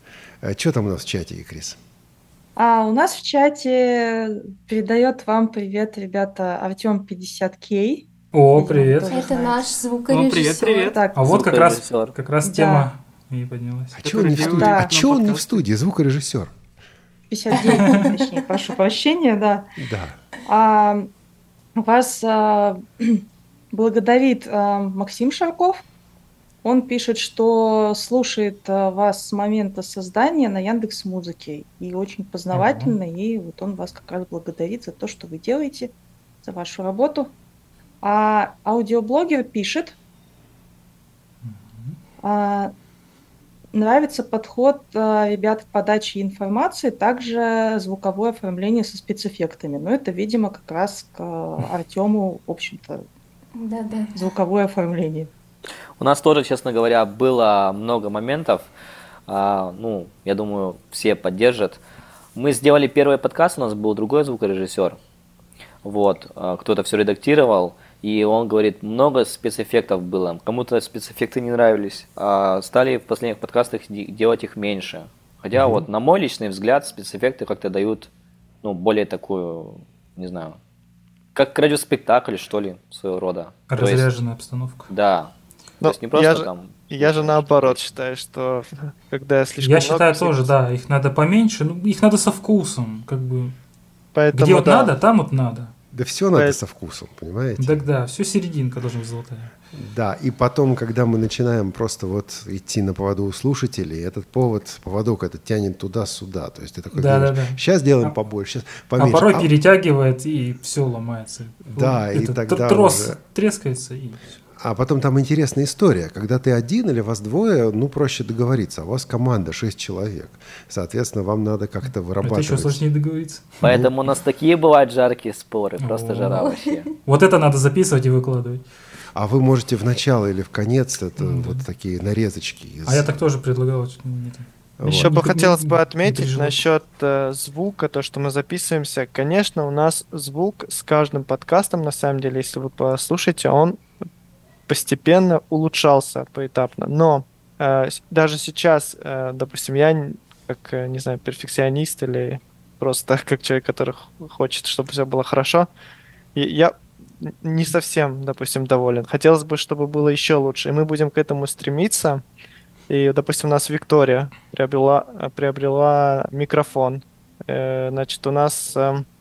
S3: Что там у нас в чате, Крис?
S4: А у нас в чате передает вам привет, ребята, Артем 50К.
S7: О, привет.
S8: Это наш звукорежиссер.
S10: Привет.
S4: Так,
S7: А вот как раз
S4: Да.
S7: тема и поднялась.
S3: А что он не в студии?
S4: Да.
S3: А чё он не в студии? Звукорежиссер.
S4: 59, точнее, прошу прощения, да.
S3: Да.
S4: Вас благодарит Максим Шарков. Он пишет, что слушает вас с момента создания на Яндекс.Музыке. И очень познавательно. И вот он вас как раз благодарит за то, что вы делаете, за вашу работу. А аудиоблогер пишет, нравится подход ребят к подаче информации, также звуковое оформление со спецэффектами. Но это, видимо, как раз к Артему, в общем-то,
S8: Да-да.
S4: звуковое оформление.
S5: У нас тоже, честно говоря, было много моментов, ну, я думаю, все поддержат. Мы сделали первый подкаст, у нас был другой звукорежиссер, вот, кто это все редактировал, и он говорит, много спецэффектов было, кому-то спецэффекты не нравились, стали в последних подкастах делать их меньше. Хотя вот, на мой личный взгляд, спецэффекты как-то дают, ну, более такую, не знаю, как радиоспектакль, что ли, своего рода.
S7: Разряженная обстановка.
S5: Да.
S6: Но
S5: То есть не просто
S6: я же наоборот считаю, что когда слишком
S7: Я
S6: много
S7: считаю
S6: всего-
S7: тоже, да, их надо поменьше, ну, их надо со вкусом, как бы.
S6: Поэтому,
S7: Где вот
S6: да.
S7: надо, там вот надо.
S3: Да все надо со вкусом, понимаете?
S7: Так да, все серединка должна быть золотая.
S3: Да, и потом, когда мы начинаем просто вот идти на поводу у слушателей, этот поводок этот тянет туда-сюда. То есть ты такой
S7: Да,
S3: говоришь,
S7: да, да.
S3: сейчас сделаем побольше, сейчас
S7: А
S3: поменьше.
S7: порой перетягивает, и все ломается.
S3: Да, и
S7: Этот
S3: тогда
S7: трос
S3: уже-
S7: трескается, и всё.
S3: А потом там интересная история. Когда ты один или вас двое, ну, проще договориться. А у вас команда 6 человек. Соответственно, вам надо как-то
S7: Это
S3: вырабатывать.
S7: еще сложнее договориться.
S5: Поэтому у нас такие бывают жаркие споры, просто жара вообще.
S7: Вот это надо записывать и выкладывать.
S3: А вы можете в начало или в конец, это вот такие нарезочки. Из...
S7: А я так тоже предлагал. что не так.
S3: Вот.
S6: Еще бы
S7: Не-
S6: хотелось
S7: не-
S6: бы
S7: не
S6: отметить
S7: переживай.
S6: насчет звука, то, что мы записываемся. Конечно, у нас звук с каждым подкастом, на самом деле, если вы послушаете, он постепенно улучшался поэтапно. Но даже сейчас, допустим, я как, не знаю, перфекционист или просто как человек, который хочет, чтобы все было хорошо, я не совсем, допустим, доволен. Хотелось бы, чтобы было еще лучше. И мы будем к этому стремиться. И, допустим, у нас Виктория приобрела микрофон. Значит, у нас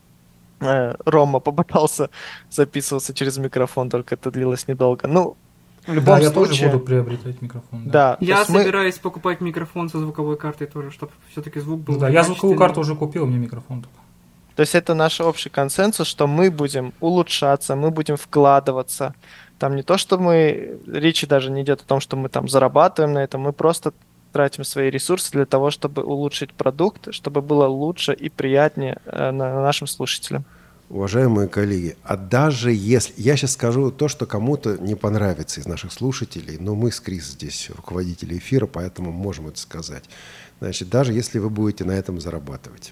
S6: Рома попытался записываться через микрофон, только это длилось недолго. Ну, в любом
S7: Да, я
S6: случае...
S7: тоже буду приобретать микрофон.
S6: Да, то
S10: Я
S6: есть мы-
S10: собираюсь покупать микрофон со звуковой картой тоже, чтобы все-таки звук был.
S7: Ну да, я звуковую
S10: качественный.
S7: карту уже купил, у меня микрофон только.
S6: То есть это наш общий консенсус, что мы будем улучшаться, мы будем вкладываться. Там не то, что мы... Речи даже не идет о том, что мы там зарабатываем на этом, мы просто тратим свои ресурсы для того, чтобы улучшить продукт, чтобы было лучше и приятнее нашим слушателям.
S3: Уважаемые коллеги, а даже если... Я сейчас скажу то, что кому-то не понравится из наших слушателей, но мы с Крис здесь руководители эфира, поэтому можем это сказать. Значит, даже если вы будете на этом зарабатывать.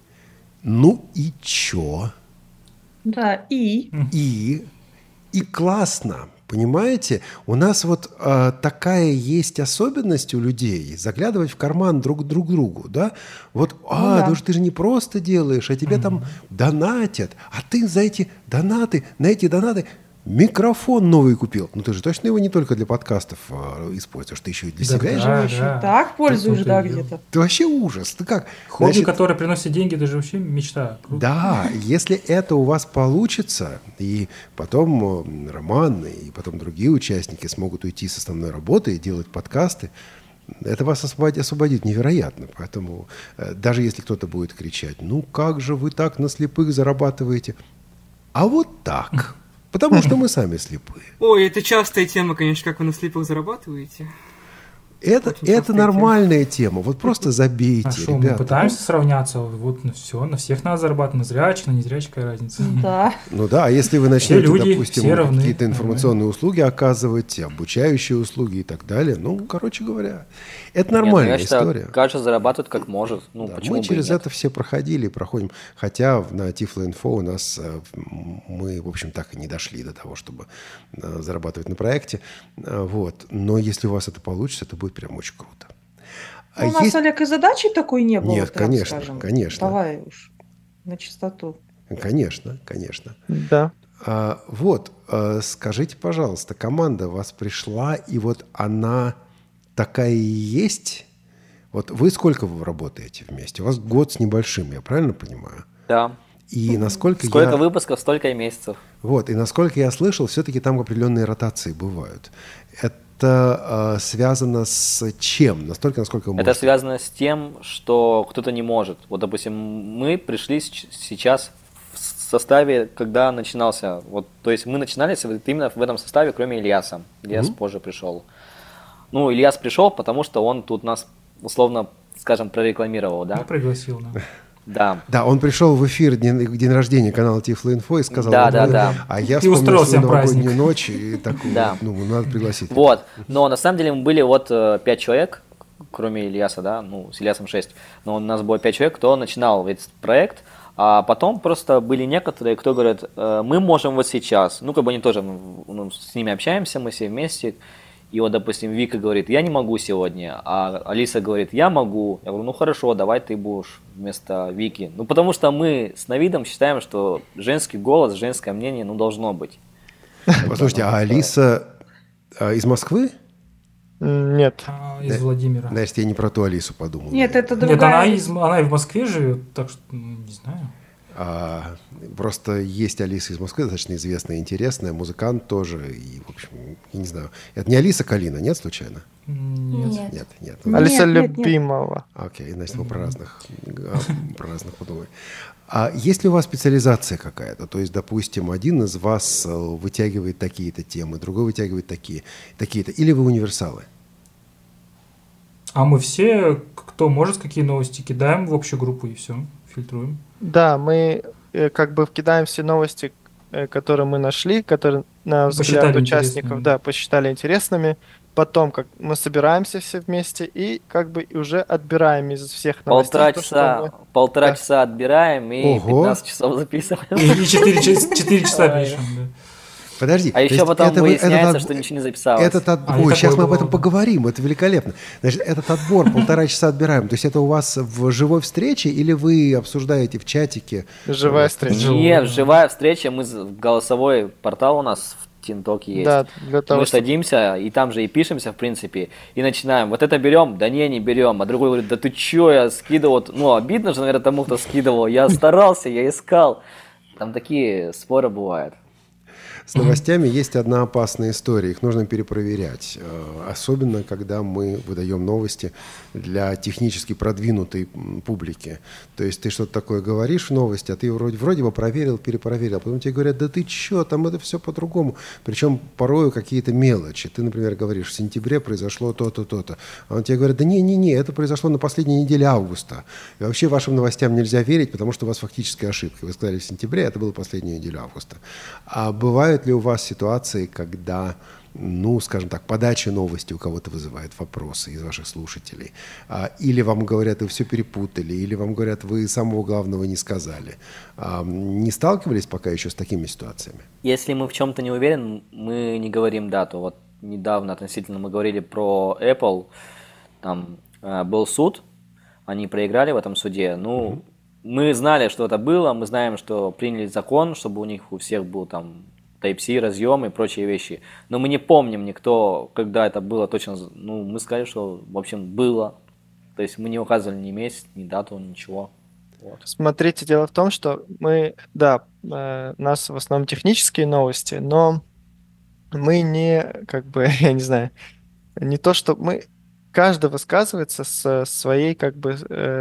S3: Ну и чё?
S4: Да,
S3: И классно, понимаете? У нас вот такая есть особенность у людей заглядывать в карман друг другу, да? Вот,
S4: да.
S3: ты же не просто делаешь, а тебе там донатят, а ты за эти донаты, на эти донаты микрофон новый купил. Ну ты же точно его не только для подкастов используешь, ты еще и для
S7: Да,
S3: себя
S7: да,
S3: живешь.
S7: да.
S4: так пользуешь,
S7: Тут
S4: да,
S7: и дело.
S4: где-то.
S3: Ты вообще ужас. Ты как?
S7: Хобби,
S3: Значит,
S7: которое приносит деньги, это же вообще мечта. Круто.
S3: да, если это у вас получится, и потом Роман, и потом другие участники смогут уйти с основной работы и делать подкасты, это вас освободит невероятно. Поэтому даже если кто-то будет кричать, ну как же вы так на слепых зарабатываете? А вот так. Потому что мы сами слепые.
S10: Ой, это частая тема, конечно, как вы на слепых зарабатываете.
S3: Это нормальная тема. Вот просто забейте,
S7: А что, мы
S3: ребята.
S7: пытаемся сравняться, вот все, на всех надо зарабатывать, на зрячих, на незрячих, какая разница.
S4: Да.
S3: Ну да, а если вы начнете,
S7: люди,
S3: допустим,
S7: все равны,
S3: какие-то информационные услуги оказывать, обучающие услуги и так далее, ну, короче говоря, это нормальная
S5: Я считаю,
S3: история.
S5: каждый зарабатывает как может. Ну,
S3: Да,
S5: почему
S3: мы
S5: бы и
S3: через
S5: нет?
S3: это все проходили и проходим. Хотя на Tiflo.info у нас мы, в общем, так и не дошли до того, чтобы зарабатывать на проекте. Вот. Но если у вас это получится, это будет прям очень круто. А
S4: У нас,
S3: есть...
S4: Олег, и задачи такой не было,
S3: Нет,
S4: прям
S3: конечно,
S4: скажем.
S3: конечно.
S4: Давай уж на чистоту.
S3: Конечно, конечно.
S6: Да.
S3: Вот, скажите, пожалуйста, команда у вас пришла, и вот она такая и есть? Вот вы сколько вы работаете вместе? У вас год с небольшим, я правильно понимаю?
S5: Да.
S3: И насколько
S5: Сколько выпусков, столько и месяцев.
S3: Вот, и насколько я слышал, все-таки там определенные ротации бывают. Это связано с чем? Настолько, насколько вы можете?
S5: Это связано с тем, что кто-то не может. Вот, допустим, мы пришли сейчас в составе, когда начинался. Вот, то есть мы начинались вот именно в этом составе, кроме Ильяса. Ильяс позже пришел. Ну, Ильяс пришел, потому что он тут нас, условно, скажем, прорекламировал, да?
S7: Ну, пригласил, да.
S5: Да.
S3: Да, он пришел в эфир день рождения канала Тифло-Инфо и сказал,
S5: да.
S3: А я
S7: И
S3: вспомнил
S7: устроил
S3: свою
S7: всем праздник.
S3: новогоднюю ночь, и такую,
S5: Да.
S3: надо пригласить.
S5: Вот, но на самом деле мы были вот 5 человек, кроме Ильяса, да, ну, с Ильясом 6, но у нас было 5 человек, кто начинал этот проект, а потом просто были некоторые, кто говорит, мы можем вот сейчас, ну, как бы они тоже, с ними общаемся, мы все вместе, и вот, допустим, Вика говорит, я не могу сегодня, а Алиса говорит, я могу. Я говорю, ну хорошо, давай ты будешь вместо Вики. Ну, потому что мы с Навидом считаем, что женский голос, женское мнение, должно быть.
S3: Послушайте, а Алиса из Москвы?
S6: Нет.
S7: Из Владимира.
S3: Значит, я не про ту Алису подумал.
S4: Нет, это
S7: Нет,
S4: другая.
S7: она и в Москве живет, так что, не знаю.
S3: Просто есть Алиса из Москвы, достаточно известная и интересная, музыкант тоже, и, в общем, я не знаю. Это не Алиса Калина, нет, случайно?
S7: Нет.
S3: Нет.
S6: Алиса
S4: Нет.
S6: Любимова.
S3: Окей, значит, мы про разных подумаем. А есть ли у вас специализация какая-то? То есть, допустим, один из вас вытягивает такие-то темы, другой вытягивает такие-то, или вы универсалы?
S7: А мы все, кто может, какие новости, кидаем в общую группу и все, фильтруем.
S6: Да, мы как бы вкидаем все новости, которые мы нашли, которые, на взгляд
S7: Посчитали
S6: участников,
S7: интересными.
S6: да, посчитали интересными. Потом как мы собираемся все вместе и как бы уже отбираем из всех новостей.
S5: Полтора часа отбираем и
S3: Ого.
S5: 15 часов записываем.
S7: И 4 часа пишем, да.
S3: Подожди.
S5: А
S3: то
S5: еще
S3: есть
S5: потом
S3: это
S5: выясняется,
S3: этот
S5: что ничего не записалось.
S3: Ой, сейчас мы об этом
S7: бывало, да.
S3: поговорим, это великолепно. Значит, этот отбор 1,5 часа отбираем. То есть это у вас в живой встрече или вы обсуждаете в чатике?
S6: Живая встреча.
S5: Нет, живая встреча, мы голосовой портал у нас в Тинтоке есть.
S6: Да, для того,
S5: Мы
S6: чтобы...
S5: садимся, и там же и пишемся, в принципе, и начинаем. Вот это берем, да не берем. А другой говорит, да ты чё, я скидывал. Ну, обидно же, наверное, тому, кто скидывал. Я старался, я искал. Там такие споры бывают.
S3: С новостями есть одна опасная история, их нужно перепроверять. Особенно, когда мы выдаем новости для технически продвинутой публики. То есть ты что-то такое говоришь в новости, а ты вроде бы проверил, перепроверил. А потом тебе говорят, да ты чё, там это все по-другому. Причем порою какие-то мелочи. Ты, например, говоришь, в сентябре произошло то-то, то-то. А он тебе говорит, да не, это произошло на последней неделе августа. И вообще вашим новостям нельзя верить, потому что у вас фактически ошибка. Вы сказали в сентябре, это было последнюю неделю августа. А бывают ли у вас ситуации, когда, скажем так, подача новости у кого-то вызывает вопросы из ваших слушателей? Или вам говорят, вы все перепутали, или вам говорят, вы самого главного не сказали? Не сталкивались пока еще с такими ситуациями?
S5: Если мы в чем-то не уверены, мы не говорим дату. Вот недавно относительно мы говорили про Apple, там был суд, они проиграли в этом суде. Мы знали, что это было, мы знаем, что приняли закон, чтобы у них у всех был там Type-C, разъем и прочие вещи. Но мы не помним никто, когда это было точно. Мы сказали, что, в общем, было. То есть мы не указывали ни месяц, ни дату, ничего. Вот.
S6: Смотрите, дело в том, что мы, у нас в основном технические новости, но мы не, я не знаю, не то, что мы, каждый высказывается со своей, как бы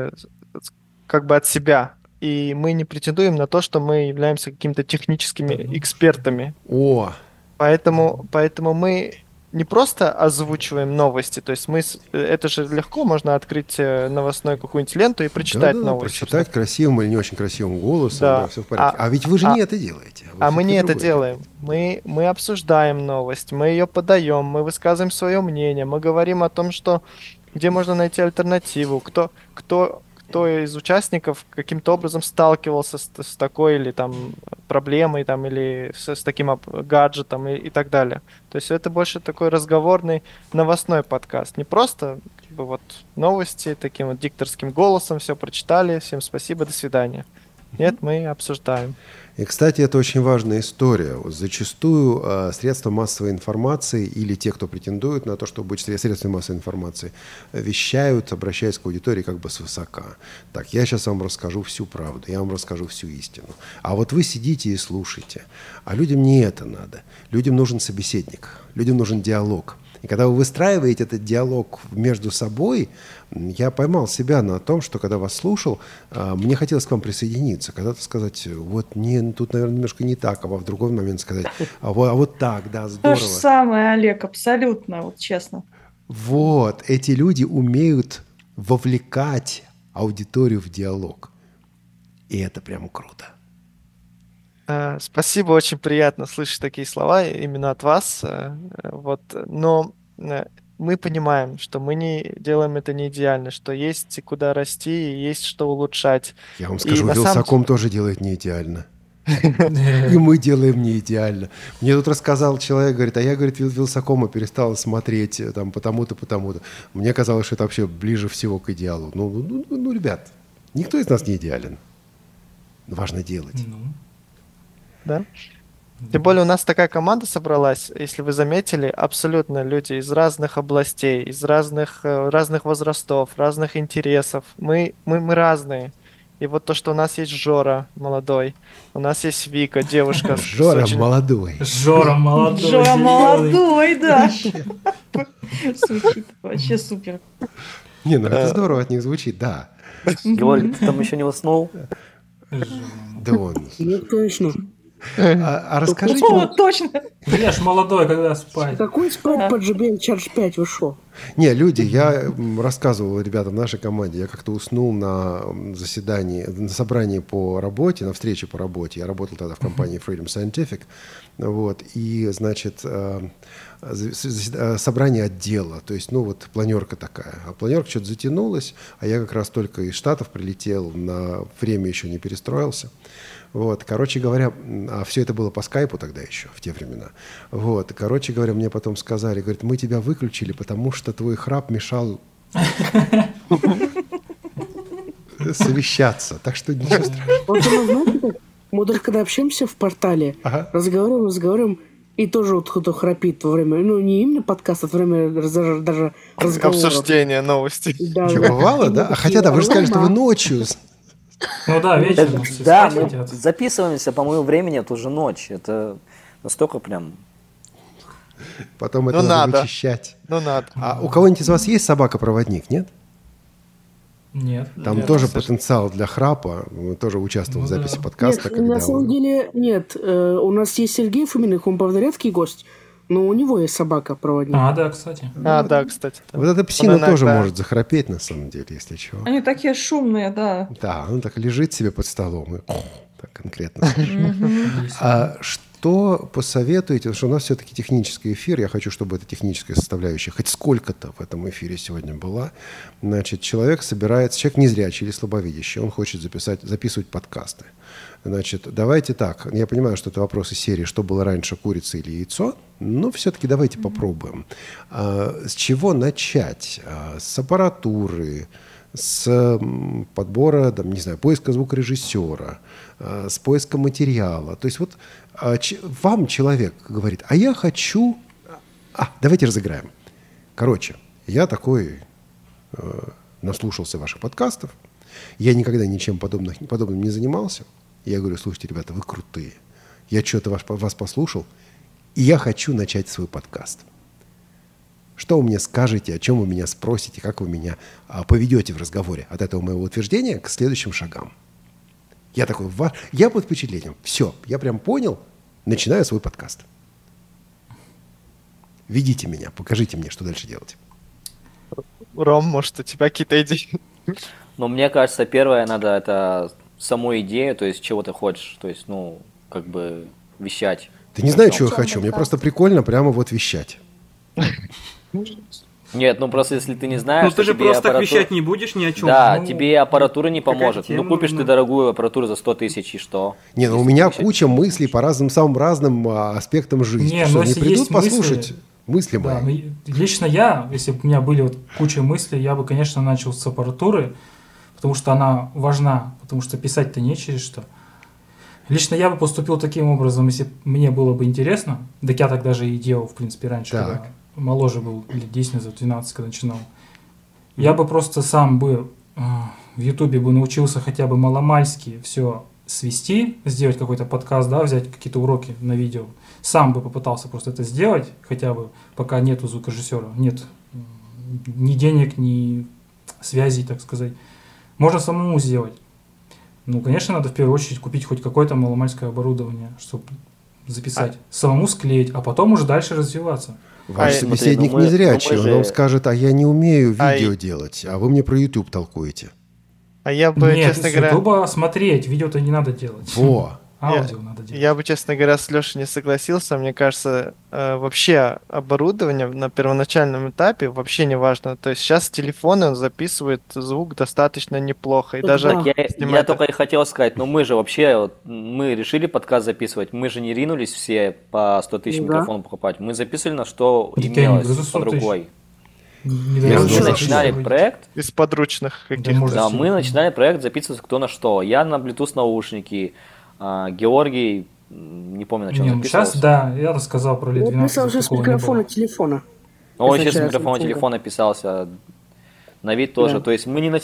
S6: от себя. И мы не претендуем на то, что мы являемся какими-то техническими экспертами. Поэтому мы не просто озвучиваем новости, то есть это же легко, можно открыть новостную какую-нибудь ленту и прочитать новости.
S3: Прочитать красивым или не очень красивым голосом, все в порядке. А ведь вы же не это делаете.
S6: Мы не это делаем. Мы обсуждаем новость, мы ее подаем, мы высказываем свое мнение, мы говорим о том, что где можно найти альтернативу, кто кто из участников каким-то образом сталкивался с такой или там проблемой, там, или с таким гаджетом и так далее. То есть это больше такой разговорный новостной подкаст. Не просто как бы, вот новости таким вот дикторским голосом, все прочитали, всем спасибо, до свидания. Нет, мы обсуждаем.
S3: И, кстати, это очень важная история. Вот зачастую средства массовой информации или те, кто претендует на то, чтобы быть средствами массовой информации, вещают, обращаясь к аудитории как бы свысока. Так, я сейчас вам расскажу всю правду, я вам расскажу всю истину. А вот вы сидите и слушаете. А людям не это надо. Людям нужен собеседник, людям нужен диалог. И когда вы выстраиваете этот диалог между собой, я поймал себя на том, что когда вас слушал, мне хотелось к вам присоединиться, когда-то сказать, вот не, тут, наверное, немножко не так, а в другой момент сказать, а вот так, да, здорово.
S4: То же самое, Олег, абсолютно, вот честно.
S3: Вот, эти люди умеют вовлекать аудиторию в диалог. И это прям круто.
S6: Спасибо, очень приятно слышать такие слова именно от вас. Вот. Но мы понимаем, что мы не делаем это не идеально, что есть куда расти и есть что улучшать.
S3: Я вам скажу, Вилсаком тоже делает не идеально. И мы делаем не идеально. Мне тут рассказал человек, говорит, а я, говорит, Вилсакома перестал смотреть там потому-то, потому-то. Мне казалось, что это вообще ближе всего к идеалу. Ну, ребят, никто из нас не идеален. Важно делать.
S6: Да? Тем более у нас такая команда собралась, если вы заметили, абсолютно люди из разных областей, из разных возрастов, разных интересов. Мы разные. И вот то, что у нас есть Жора молодой, у нас есть Вика, девушка.
S3: Жора молодой.
S7: Жора молодой.
S4: Жора молодой, да. Звучит вообще супер.
S3: Не, ну это здорово от них звучит, да.
S5: Георгий, ты там еще не уснул?
S3: Да он.
S9: Ну, точно.
S3: А расскажите...
S4: О, точно.
S7: Я ж молодой, когда спать.
S9: Какой спать под JBL Charge 5, вы шо?
S3: Не, люди, я рассказывал ребятам в нашей команде, я как-то уснул на заседании, на собрании по работе, на встрече по работе. Я работал тогда в компании Freedom Scientific. Вот, и, значит, собрание отдела, то есть, ну, вот планерка такая. А планерка что-то затянулась, а я как раз только из Штатов прилетел, на время еще не перестроился. Вот, короче говоря, а все это было по скайпу тогда еще, в те времена. Вот, короче говоря, мне потом сказали, говорят, мы тебя выключили, потому что твой храп мешал совещаться. Так что ничего страшного.
S9: Мы даже когда общаемся в портале, разговариваем, и тоже вот кто-то храпит во время, ну, не именно подкаста, во время даже разговора.
S6: Обсуждения новостей.
S3: Да, что, бывало, да? А хотя, да, вы же сказали, что вы ночью...
S7: Ну да, вечером.
S5: Да, мы записываемся, по моему времени, это уже ночь. Это настолько прям...
S3: Потом это надо вычищать.
S6: Ну надо.
S3: А у кого-нибудь из вас есть собака-проводник, нет?
S7: Нет.
S3: Там тоже потенциал для храпа. Мы тоже участвовали в записи подкаста.
S9: Нет, на самом деле нет. У нас есть Сергей Фоминых, он, правда, редкий гость, но у него есть собака-проводник.
S7: Да, кстати.
S6: Да, кстати.
S3: Вот эта псина тоже может захрапеть, на самом деле, если чего.
S4: Они такие шумные, да.
S3: Да, он так лежит себе под столом и так конкретно. А что посоветуете? Потому что у нас все-таки технический эфир. Я хочу, чтобы эта техническая составляющая хоть сколько-то в этом эфире сегодня была. Значит, человек незрячий или слабовидящий, он хочет записывать подкасты. Значит, давайте так. Я понимаю, что это вопрос из серии «Что было раньше, курица или яйцо?», но все-таки давайте попробуем. С чего начать? С аппаратуры, с подбора, там, не знаю, поиска звукорежиссера, с поиска материала. То есть вот вам человек говорит, а я хочу... давайте разыграем. Короче, я такой наслушался ваших подкастов, я никогда ничем подобным не занимался. Я говорю, слушайте, ребята, вы крутые. Я что-то вас послушал, и я хочу начать свой подкаст. Что вы мне скажете, о чем вы меня спросите, как вы меня поведете в разговоре от этого моего утверждения к следующим шагам. Я такой, я под впечатлением. Все, я прям понял, начинаю свой подкаст. Ведите меня, покажите мне, что дальше делать.
S6: Ром, может, у тебя какие-то идеи?
S5: Ну, мне кажется, первое надо это саму идею, то есть чего ты хочешь, то есть, ну, как бы вещать.
S3: Ты не знаешь, чего я хочу, мне просто прикольно прямо вот вещать.
S5: Нет, ну просто если ты не знаешь,
S10: Ну ты же
S5: тебе
S10: просто так
S5: аппаратура-
S10: вещать не будешь ни о чем.
S5: Да,
S10: Ну,
S5: тебе аппаратура не поможет.
S10: тема
S5: Ну купишь ты
S10: нужна.
S5: дорогую аппаратуру за 100 тысяч и что?
S3: Не, ну у
S5: Если
S3: меня
S5: ты
S3: куча мыслей по самым разным аспектам жизни.
S7: Не,
S3: Что,
S7: ну
S3: не
S7: если
S3: придут
S7: есть мысли-
S3: послушать мысли
S7: Да,
S3: мои?
S7: ну, лично я, если бы у меня были вот куча мыслей, я бы, конечно, начал с аппаратуры, потому что она важна, потому что писать-то не через что. Лично я бы поступил таким образом, если б мне было бы интересно, так я так даже и делал, в принципе, раньше,
S3: Так.
S7: когда моложе был, лет 10 назад, 12, когда начинал. Я бы просто сам бы в Ютубе бы научился хотя бы маломальски все свести, сделать какой-то подкаст, да, взять какие-то уроки на видео. Сам бы попытался просто это сделать, хотя бы пока нету звукорежиссера, нет ни денег, ни связей, так сказать. Можно самому сделать. Ну, конечно, надо в первую очередь купить хоть какое-то маломальское оборудование, чтобы записать, самому склеить, а потом уже дальше развиваться.
S3: Ваш
S5: смотри,
S3: собеседник
S5: ну мы-
S3: незрячий,
S5: ну мы
S3: он
S5: же-
S3: вам скажет, а я не умею видео
S6: Ай.
S3: делать, а вы мне про YouTube толкуете.
S6: А я бы,
S7: Нет,
S6: честно
S7: с
S6: говоря...
S7: Ютуба смотреть, видео-то не надо делать.
S3: Во!
S7: Аудио надо делать.
S6: Я бы, честно говоря, с Лешей не согласился. Мне кажется, вообще оборудование на первоначальном этапе вообще не важно. То есть сейчас телефоны он записывает звук достаточно неплохо. И
S9: Ну,
S6: даже
S5: Так я
S6: снимает-
S5: только и хотел сказать, но мы же вообще, вот, мы решили подкаст записывать, мы же не ринулись все по 100 тысяч
S9: Ну да.
S5: микрофонов покупать, мы записывали на что
S7: Да я не
S5: имелось
S7: говорю за 100
S5: под
S7: тысяч.
S5: рукой.
S7: Не
S3: Я
S7: дай
S3: уже
S5: Мы
S7: бог,
S3: слышал.
S5: начинали
S7: выйдет.
S5: проект,
S6: из подручных каких-то.
S7: может,
S5: да,
S7: всё.
S5: мы начинали проект записываться кто на что. Я на Bluetooth наушники, Георгий, не помню, на чем
S7: Не, ну
S5: записывался.
S7: сейчас, да, я рассказал про лет
S9: Я
S7: 12.
S9: писал уже с
S7: такого не было.
S9: микрофона телефона.
S5: Он сейчас с
S9: Изначально
S5: микрофона
S9: Samsung.
S5: телефона писался, на вид тоже.
S9: Да.
S5: То есть мы не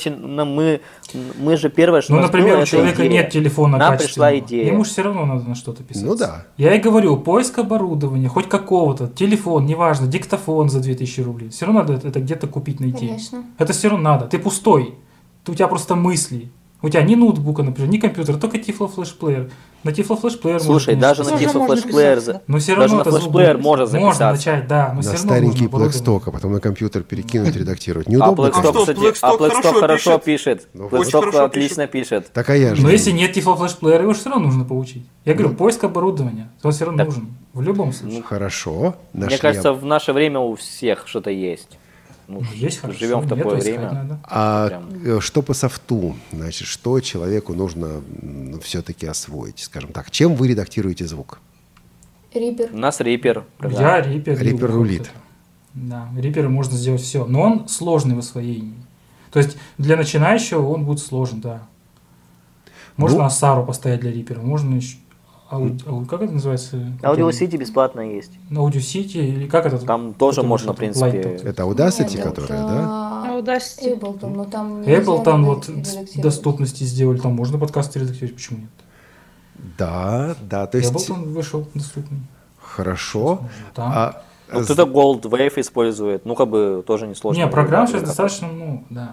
S5: мы же первое, что
S7: Ну,
S5: у нас
S7: например,
S5: было,
S7: у
S5: это
S7: человека
S5: идея.
S7: нет телефона
S5: Нам
S7: качественного.
S5: пришла идея.
S7: Ему же все равно надо на что-то писать.
S3: Ну да.
S7: Я и говорю, поиск оборудования, хоть какого-то, телефон, неважно, диктофон за 2000 рублей. Все равно надо это где-то купить, найти.
S8: Конечно.
S7: Это все равно надо. Ты пустой. У тебя просто мысли. У тебя ни ноутбука, например, ни компьютера, только Tiflo флешплеер. На Tiflo флешплеер
S5: Слушай, даже на
S4: Тоже
S5: Tiflo
S4: можно
S5: флешплеер,
S4: писать,
S7: Но все
S5: даже
S7: равно
S5: на
S7: это звук
S5: флешплеер
S7: будет.
S5: можно записаться.
S7: начать, да, но
S3: На
S7: все равно
S3: старенький
S7: нужно оборудование.
S3: Blackstock, а потом на компьютер перекинуть, редактировать.
S5: А
S3: Неудобно?
S5: Blackstock,
S3: конечно?
S10: что,
S5: кстати,
S10: Blackstock
S5: Blackstock
S10: хорошо
S5: хорошо пишет.
S3: Ну,
S10: очень
S5: Blackstock
S10: хорошо
S5: отлично пишет.
S3: Так а я же.
S7: Но если нет Tiflo флешплеера, его все равно нужно получить. Я говорю, поиск оборудования, он все равно
S5: Так.
S7: нужен. В любом случае.
S3: Хорошо.
S5: Мне
S3: нашли
S5: кажется, в наше время у всех что-то есть. Ну,
S7: Есть хорошо,
S5: живем в
S7: нет,
S5: такое
S7: искать
S5: время.
S7: надо.
S3: А
S5: Прям.
S3: что по софту? Значит, что человеку нужно все-таки освоить, скажем так? Чем вы редактируете звук?
S8: Рипер.
S5: У нас Reaper.
S7: Я Reaper.
S3: Reaper
S7: люблю
S3: рулит.
S7: вот это. Да, Reaper можно сделать все, но он сложный в освоении. То есть для начинающего он будет сложен, да. Можно
S3: Ну.
S7: Asaro поставить для Reaper, можно еще... как это называется?
S5: Audio City бесплатно есть.
S7: На Audio City или как это?
S5: Там тоже
S7: это
S5: можно, в
S7: что-то,
S5: принципе.
S7: Light
S3: Это Audacity,
S8: Нет,
S3: которая, да?
S4: Audacity.
S8: Ableton, но там нельзя
S7: Ableton вот
S8: редактировать.
S7: доступности сделали, там можно подкасты редактировать, почему нет?
S3: Да, да, то есть
S7: Ableton вышел доступный.
S3: хорошо.
S7: Там.
S3: А,
S5: Ну, кто-то Gold Wave использует. Ну, как бы тоже несложно.
S7: Не, программ сейчас
S5: Да,
S7: достаточно много, да.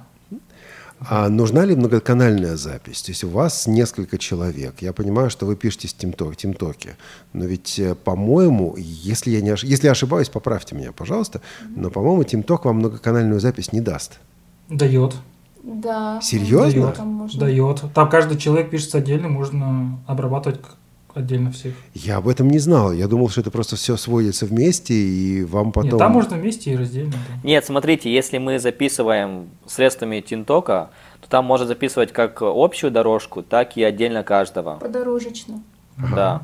S3: а нужна ли многоканальная запись? То есть у вас несколько человек. Я понимаю, что вы пишете с тимтоки, но ведь, по-моему, если я ошибаюсь, поправьте меня, пожалуйста, но, по-моему, тимток вам многоканальную запись не даст.
S7: Дает.
S8: Да.
S3: Серьезно?
S7: Дает.
S8: Там можно.
S7: Дает. Там каждый человек пишется отдельно, можно обрабатывать отдельно всех.
S3: Я об этом не знал. Я думал, что это просто все сводится вместе, и вам потом...
S7: Нет, там можно вместе и раздельно. Да.
S5: Нет, смотрите, если мы записываем средствами Тинтока, то там можно записывать как общую дорожку, так и отдельно каждого.
S8: Подорожечно.
S5: Да.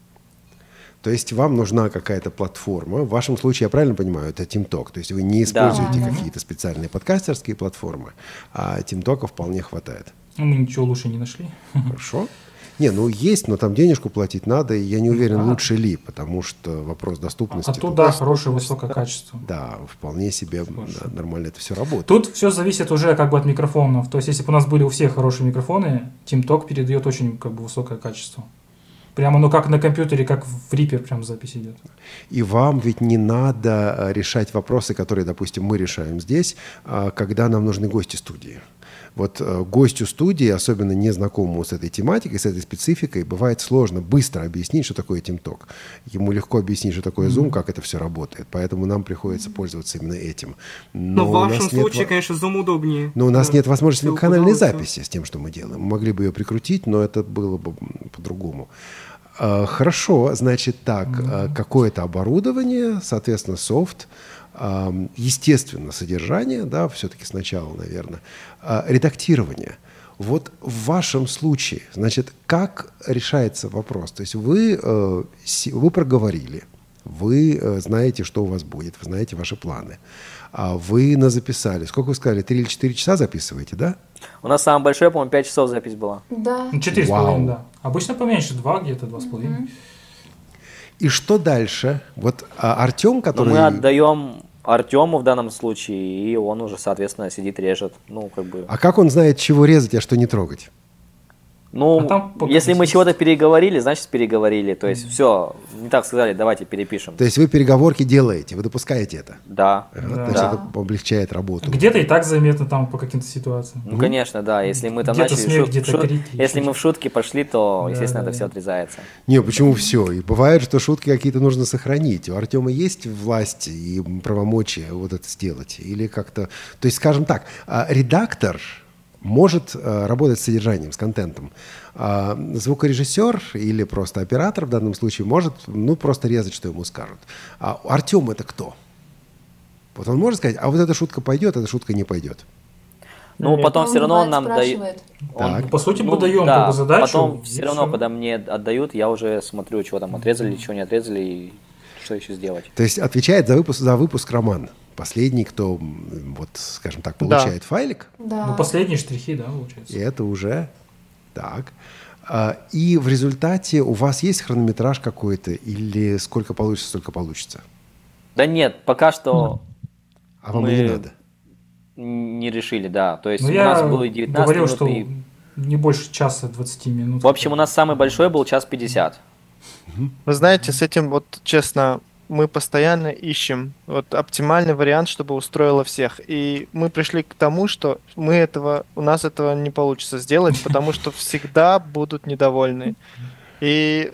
S3: То есть вам нужна какая-то платформа. В вашем случае, я правильно понимаю, это TeamTalk. То есть вы не используете
S8: Да.
S3: какие-то специальные подкастерские платформы, а TeamTalk вполне хватает.
S7: Ну, мы ничего лучше не нашли.
S3: Хорошо. Не, ну есть, но там денежку платить надо, и я не уверен,
S7: Да.
S3: лучше ли, потому что вопрос доступности...
S7: А
S3: тут-
S7: тут, да, хорошее высокое качество.
S3: Да, вполне себе да, нормально это все работает.
S7: Тут все зависит уже как бы от микрофонов. То есть, если бы у нас были у всех хорошие микрофоны, TeamTalk передает очень как бы высокое качество. Прямо, ну как на компьютере, как в Reaper прям запись идет.
S3: И вам ведь не надо решать вопросы, которые, допустим, мы решаем здесь, когда нам нужны гости студии. Вот гостю студии, особенно незнакомому с этой тематикой, с этой спецификой, бывает сложно быстро объяснить, что такое TeamTalk. Ему легко объяснить, что такое Zoom, как это все работает. Поэтому нам приходится пользоваться именно этим.
S10: Но в
S3: у нас
S10: вашем
S3: нет
S10: случае,
S3: во-
S10: конечно, Zoom удобнее.
S3: Но у нас нет возможности
S10: Всё
S3: канальной
S10: удалось,
S3: записи с тем, что мы делаем. Мы могли бы ее прикрутить, но это было бы по-другому. Хорошо, значит так, какое-то оборудование, соответственно, софт. естественно, содержание, да, все-таки сначала, наверное, редактирование. Вот в вашем случае, значит, как решается вопрос? То есть вы проговорили, вы знаете, что у вас будет, вы знаете ваши планы. Вы записали. Сколько вы сказали? 3 или 4 часа записываете, да?
S5: У нас самое большое, по-моему, 5 часов запись была.
S8: Да.
S7: 4,5, да. Обычно поменьше, 2 где-то, 2,5.
S3: И что дальше? Вот Артем, который...
S5: Мы отдаем Артему в данном случае, и он уже, соответственно, сидит, режет. Ну, как бы...
S3: А как он знает, чего резать, а что не трогать?
S5: Ну, если мы чего-то переговорили, значит переговорили. То есть все, не так сказали, давайте перепишем.
S3: То есть вы переговорки делаете, вы допускаете это?
S5: Да.
S3: Значит, это облегчает работу.
S7: Где-то и так заметно там по каким-то ситуациям.
S5: Ну, конечно, да. Если мы там
S7: где-то
S5: начали
S7: смех, где-то крики,
S5: если мы в шутки пошли, то,
S7: Да,
S5: естественно,
S7: да,
S5: это все отрезается.
S3: Не, почему все? И бывает, что шутки какие-то нужно сохранить. У Артема есть власть и правомочия вот это сделать? Или как-то... То есть, скажем так, редактор может работать с содержанием, с контентом. Звукорежиссер или просто оператор в данном случае может, ну, просто резать, что ему скажут. А Артем это кто? Вот он может сказать, а вот эта шутка пойдет, эта шутка не пойдет.
S5: Ну, потом все равно он нам дает.
S7: Ну, по сути, мы даем как бы задачу.
S5: Потом все равно, когда мне отдают, я уже смотрю, чего там отрезали, чего не отрезали и что еще сделать.
S3: То есть отвечает за выпуск Роман. Последний, кто, вот, скажем так, получает файлик.
S8: Да.
S7: Ну, последние штрихи, да, получается.
S3: И это уже так. И в результате у вас есть хронометраж какой-то или сколько получится, столько получится?
S5: Да нет, пока что
S3: А вам не надо?
S5: Не решили, да. То есть
S7: Ну,
S5: у
S7: я
S5: нас было 19
S7: говорил,
S5: минут.
S7: что не больше часа 20 минут.
S5: В общем, у нас самый большой был 1:50.
S6: Вы знаете, с этим, вот честно, мы постоянно ищем вот оптимальный вариант, чтобы устроило всех. И мы пришли к тому, что у нас этого не получится сделать, потому что всегда будут недовольны. И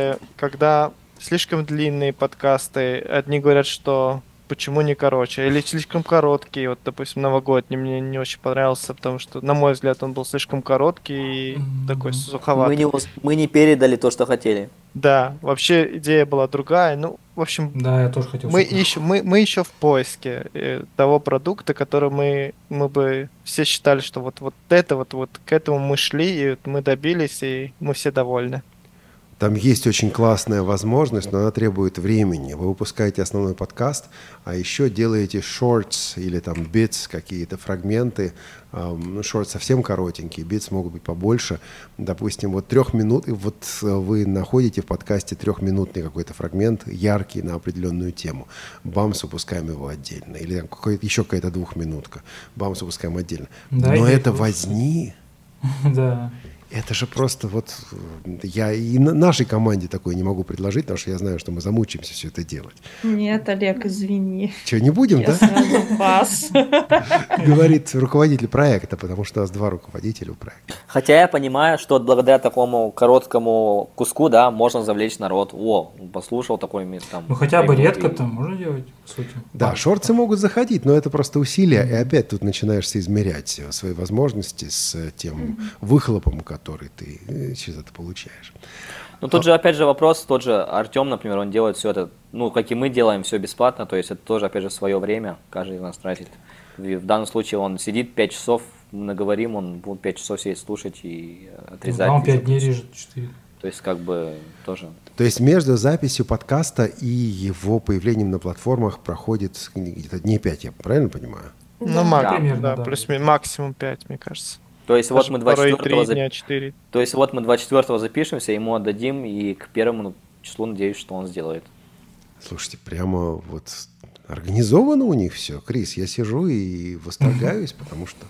S6: когда слишком длинные подкасты, одни говорят, что почему не короче, или слишком короткие, вот, допустим, новогодний мне не очень понравился, потому что, на мой взгляд, он был слишком короткий и такой суховатый.
S5: Мы не передали то, что хотели.
S6: Да, вообще идея была другая. Ну, в общем,
S7: да, я тоже хотел
S6: мы еще в поиске того продукта, который мы бы все считали, что вот к этому мы шли, и мы добились, и мы все довольны.
S3: Там есть очень классная возможность, но она требует времени. Вы выпускаете основной подкаст, а еще делаете shorts или там bits, какие-то фрагменты. Shorts совсем коротенькие, bits могут быть побольше. Допустим, вот 3 минут, и вот вы находите в подкасте 3-минутный какой-то фрагмент, яркий на определенную тему. Бамс, выпускаем его отдельно. Или там еще какая-то 2-минутка. Бамс, выпускаем отдельно.
S7: Да,
S3: но это возни.
S7: Да.
S3: Это же просто вот... Я и нашей команде такое не могу предложить, потому что я знаю, что мы замучаемся все это делать.
S4: Нет, Олег, извини.
S3: Что, не будем,
S4: я
S3: да?
S4: сразу пас.
S3: Говорит руководитель проекта, потому что у нас 2 руководителя у проекта.
S5: Хотя я понимаю, что благодаря такому короткому куску, да, можно завлечь народ. О, послушал такой там.
S7: Ну хотя бы редко там можно делать, по сути.
S3: Да, шорты могут заходить, но это просто усилия. И опять тут начинаешь соизмерять свои возможности с тем выхлопом, который ты через это получаешь.
S5: Ну тут же опять же вопрос, тот же Артем, например, он делает все это, ну как и мы делаем, все бесплатно, то есть это тоже опять же свое время, каждый из нас тратит. В данном случае он сидит 5 часов, мы наговорим, он будет 5 часов сидеть слушать и отрезать.
S7: Ну, он 5 дней режет, 4.
S5: То есть как бы тоже...
S3: То есть между записью подкаста и его появлением на платформах проходит где-то дней 5, я правильно понимаю?
S6: Ну,
S7: примерно, да.
S6: Плюс максимум 5, мне кажется.
S5: То есть вот мы
S6: 24-го
S5: То есть вот мы 24-го запишемся, ему отдадим, и к 1 числу надеюсь, что он сделает.
S3: Слушайте, прямо вот организовано у них все. Крис, я сижу и восторгаюсь, потому что...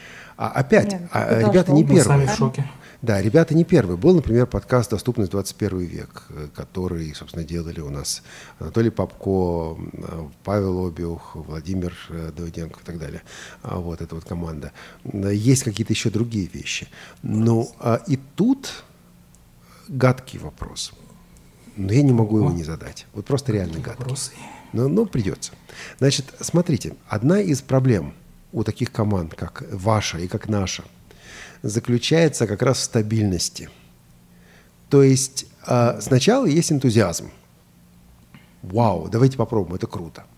S3: ребята не первые.
S7: Сами в шоке.
S3: Да, ребята не первые. Был, например, подкаст «Доступность 21 век», который, собственно, делали у нас Анатолий Попко, Павел Обиух, Владимир Давыденко и так далее. Вот эта вот команда. Есть какие-то еще другие вещи. Ну, и тут гадкий вопрос. Но я не могу его не задать. Вот просто реально гадкий. Но придется. Значит, смотрите, одна из проблем у таких команд, как ваша и как наша, заключается как раз в стабильности. То есть сначала есть энтузиазм. Вау, давайте попробуем, это круто.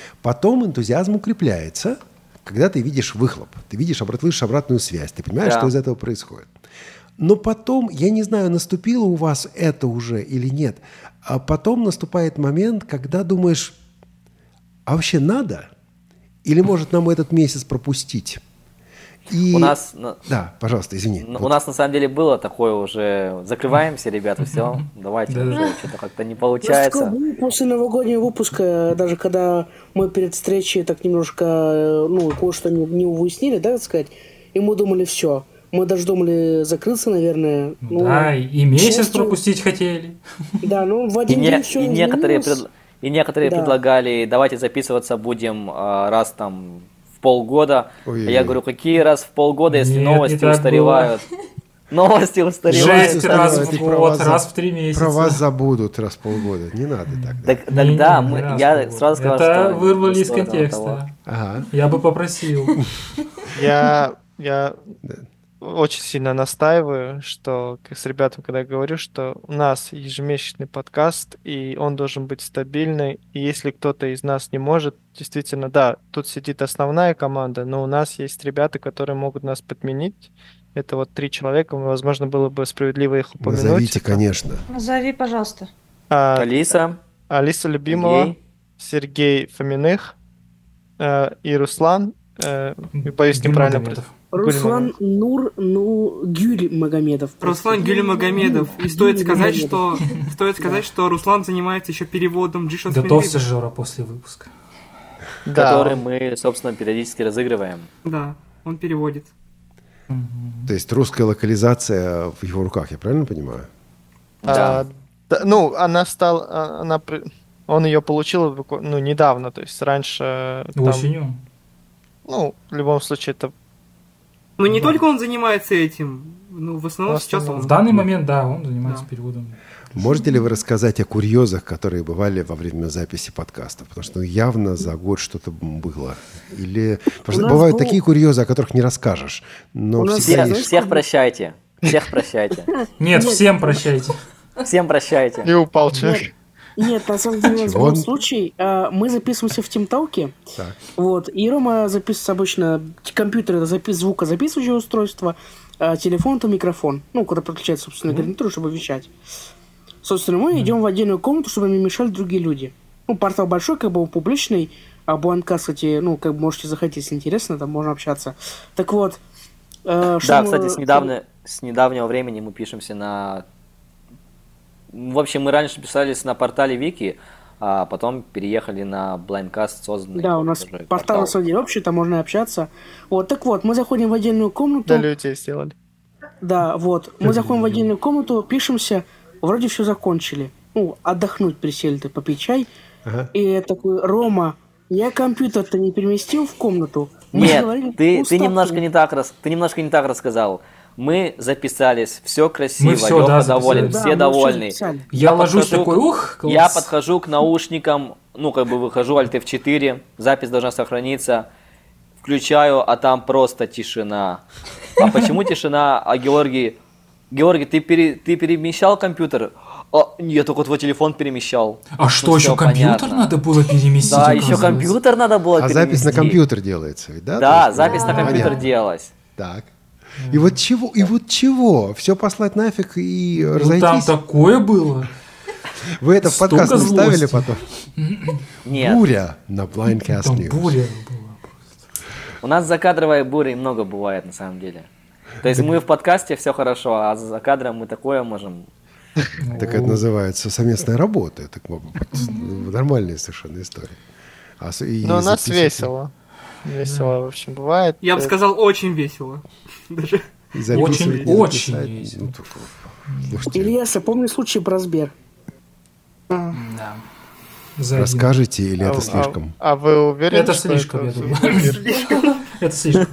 S3: Потом энтузиазм укрепляется, когда ты видишь выхлоп, ты видишь, слышишь обратную связь, ты понимаешь,
S5: Да.
S3: что из этого происходит. Но потом, я не знаю, наступило у вас это уже или нет, а потом наступает момент, когда думаешь, а вообще надо? Или может нам этот месяц пропустить? И...
S5: У нас,
S3: Да, пожалуйста, извини.
S5: у нас на самом деле было такое уже, закрываемся, ребята, все, давайте
S7: Да.
S5: уже, что-то как-то не получается.
S9: После новогоднего выпуска, даже когда мы перед встречей так немножко, кое-что не выяснили, да, так сказать, и мы думали, все. Мы даже думали закрыться, наверное.
S7: Да, и месяц
S9: счастью-
S7: пропустить хотели.
S9: Да, в
S5: И,
S9: один день все
S5: некоторые
S9: Да.
S5: предлагали, давайте записываться будем раз там в полгода.
S3: Ой-ой-ой.
S5: Я говорю, какие раз в полгода, если
S7: Нет,
S5: новости
S7: не так
S5: устаревают? Новости устаревают.
S7: 6 раз в
S3: Про
S7: год,
S3: вас
S7: раз в 3 месяца.
S3: Про вас забудут раз в полгода. Не надо так. Да.
S5: Так, тогда
S7: Не раз
S5: я
S7: в год.
S5: сразу сказал,
S7: Это
S5: что
S7: вырвали
S5: в
S7: из
S5: сторону
S7: контекста.
S5: того.
S3: Ага.
S7: Я бы попросил.
S6: Я очень сильно настаиваю, что с ребятами, когда я говорю, что у нас ежемесячный подкаст, и он должен быть стабильный, и если кто-то из нас не может, действительно, да, тут сидит основная команда, но у нас есть ребята, которые могут нас подменить. Это вот 3 человека, возможно, было бы справедливо их упомянуть.
S3: Назовите, конечно.
S4: Назови, пожалуйста.
S5: Алиса,
S6: Алиса Любимова,
S5: Сергей.
S6: Сергей Фоминых и Руслан, боюсь,
S7: Гюль
S6: неправильно
S7: Магомедов.
S9: Руслан Гюль Магомедов.
S10: Руслан Гюльмагомедов. И стоит сказать, что Руслан занимается еще переводом Джишон
S7: Готов
S10: Сминлида.
S7: стажера после выпуска.
S5: который мы, собственно, периодически разыгрываем.
S10: Да, он переводит.
S3: То есть русская локализация в его руках, я правильно понимаю?
S5: Да.
S6: Он ее получил недавно, то есть раньше.
S7: Осенью.
S6: В любом случае, это
S10: Но не только он занимается этим. В основном сейчас он...
S7: В данный момент, да, он занимается переводом.
S3: Можете ли вы рассказать о курьезах, которые бывали во время записи подкаста? Потому что явно за год что-то было. Или... Потому что бывают такие курьезы, о которых не расскажешь. Но всегда есть...
S5: Всех прощайте. Всех прощайте.
S7: Нет, всем прощайте.
S5: Всем прощайте.
S6: И упал человек.
S9: Нет, на самом деле, у нас был случай. Мы записываемся в Тимталке. Вот. И Рома записывается обычно... Компьютер — это звукозаписывающее устройство, а телефон — это микрофон. Куда подключается, собственно, гарнитура, чтобы вещать. Собственно, мы идем в отдельную комнату, чтобы не мешали другие люди. Портал большой, он публичный. А Буанка, кстати, можете заходить, если интересно, там можно общаться. Так вот.
S5: Да, кстати, с недавнего времени мы пишемся на... В общем, мы раньше писались на портале Вики, а потом переехали на Blindcast созданный.
S9: Да, у нас портал, на самом деле, общий, там можно общаться. Вот, так вот, мы заходим в отдельную комнату.
S6: Для людей сделали.
S9: Да, вот. Мы заходим в отдельную комнату, пишемся, вроде все закончили. Отдохнуть присели-то, попить чай.
S3: Ага.
S9: И я такой, Рома, я компьютер-то не переместил в комнату.
S5: Нет, ты немножко не так рассказал. Мы записались, все красиво,
S7: всё,
S5: Лёха
S7: да,
S5: доволен,
S7: записались.
S5: все довольны.
S7: Я ложусь такой, класс.
S5: Я подхожу к наушникам, выхожу, Alt F4, запись должна сохраниться, включаю, а там просто тишина. А почему тишина? А Георгий, ты перемещал компьютер? Я только твой телефон перемещал.
S7: А что, еще компьютер надо было переместить?
S5: Да, еще компьютер надо было переместить.
S3: А запись на компьютер делается, ведь, да?
S5: Да, запись на компьютер делалась.
S3: Так. И вот чего? Все послать нафиг и разойтись?
S7: Там такое было.
S3: Вы это в подкаст не вставили потом?
S5: Нет.
S3: Буря на Blindcast
S7: Там
S3: News.
S7: буря была.
S5: У нас закадровая буря много бывает, на самом деле. То есть мы в подкасте все хорошо, а за кадром мы такое можем...
S3: Так это называется совместная работа. Это нормальная совершенно история.
S6: Но у нас весело. Весело, в общем, бывает.
S10: Я бы сказал, очень весело. Даже.
S7: Очень весело.
S9: Ильяса, помню случай про Сбер.
S7: Да.
S3: Расскажите, или это слишком?
S6: А вы уверены,
S7: это
S6: что
S7: слишком, я думаю. Это слишком.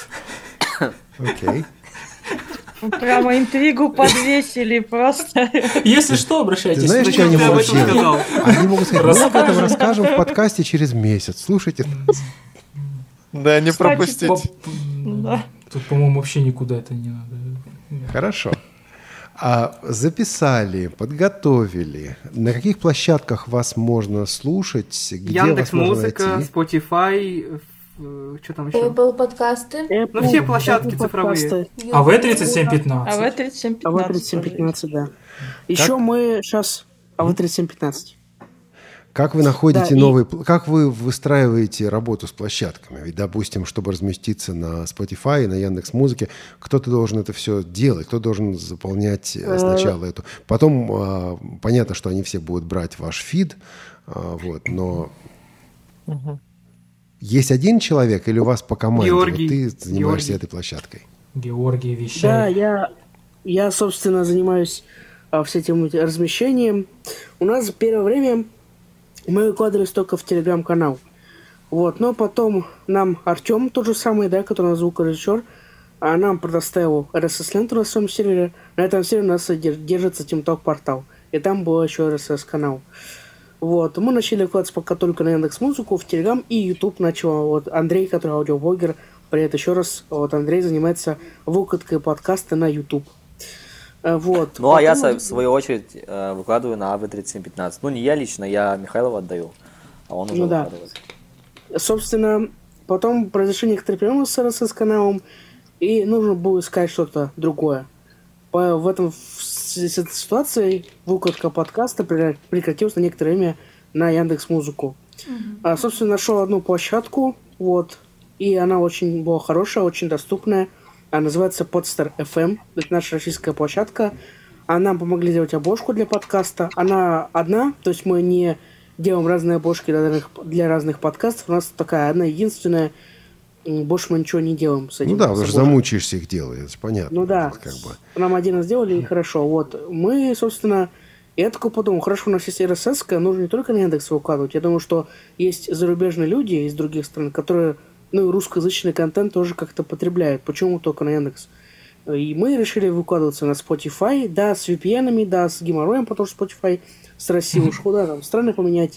S3: Окей.
S4: Прямо интригу подвесили просто.
S7: Если что, обращайтесь.
S3: Ты знаешь, что они могут сделать? Они могут сказать, мы об этом
S7: Расскажем.
S3: расскажем в подкасте через месяц. Слушайте.
S6: Да, не
S4: Кстати,
S6: пропустить.
S4: Да.
S7: Тут, по-моему, вообще никуда это не надо.
S3: Хорошо. Записали, подготовили. На каких площадках вас можно слушать? Где вас можно найти?
S10: Яндекс.Музыка, Spotify, что там еще?
S8: Apple подкасты.
S10: Ну, все площадки цифровые.
S7: АВ-3715.
S9: АВ-3715, да. Еще мы сейчас АВ-3715.
S3: Как вы находите как вы выстраиваете работу с площадками? Ведь, допустим, чтобы разместиться на Spotify, на Яндекс.Музыке, кто-то должен это все делать, кто должен заполнять сначала эту. Потом понятно, что они все будут брать ваш фид, но есть один человек или у вас по команде?
S10: Георгий.
S3: Вот ты занимаешься этой площадкой.
S7: Георгий вещает.
S9: Да, я, собственно, занимаюсь всем этим размещением. У нас в первое время мы выкладывались только в Телеграм-канал. Вот, но потом нам Артем, тот же самый, да, который у нас звукорежиссер, нам предоставил RSS-ленту на своем сервере. На этом сервере у нас держится TeamTalk портал. И там был еще RSS-канал. Вот, мы начали выкладываться пока только на Яндекс.Музыку, в Телеграм и YouTube начал. Вот Андрей, который аудиоблогер, привет еще раз. Вот Андрей занимается выкладкой подкаста на YouTube. Вот.
S5: Ну, а я, в свою очередь, выкладываю на АВ-3715. Ну, не я лично, я Михайлову отдаю, а он уже выкладывает. Собственно,
S9: потом произошли некоторые проблемы с RSS-каналом, и нужно было искать что-то другое. В этой ситуации выкладка подкаста прекратилась на некоторое время на Яндекс.Музыку. Собственно, нашел одну площадку, вот, и она очень была хорошая, очень доступная. Она называется Podster FM. Это наша российская площадка. Нам помогли сделать обложку для подкаста. Она одна, то есть мы не делаем разные обложки для разных подкастов. У нас такая одна единственная. Больше мы ничего не делаем с этим.
S3: Ну да, потому что замучаешься их делать, это понятно.
S9: Ну да, нам один раз сделали, и хорошо. Вот, мы, собственно, я такой подумал, хорошо, у нас есть RSS, нужно не только на Яндекс выкладывать. Я думаю, что есть зарубежные люди из других стран, которые... Ну и русскоязычный контент тоже как-то потребляют. Почему только на Яндекс? И мы решили выкладываться на Spotify, да, с VPN-ами, да, с геморроем, потому что Spotify с Россией ушел, да, там страны поменять.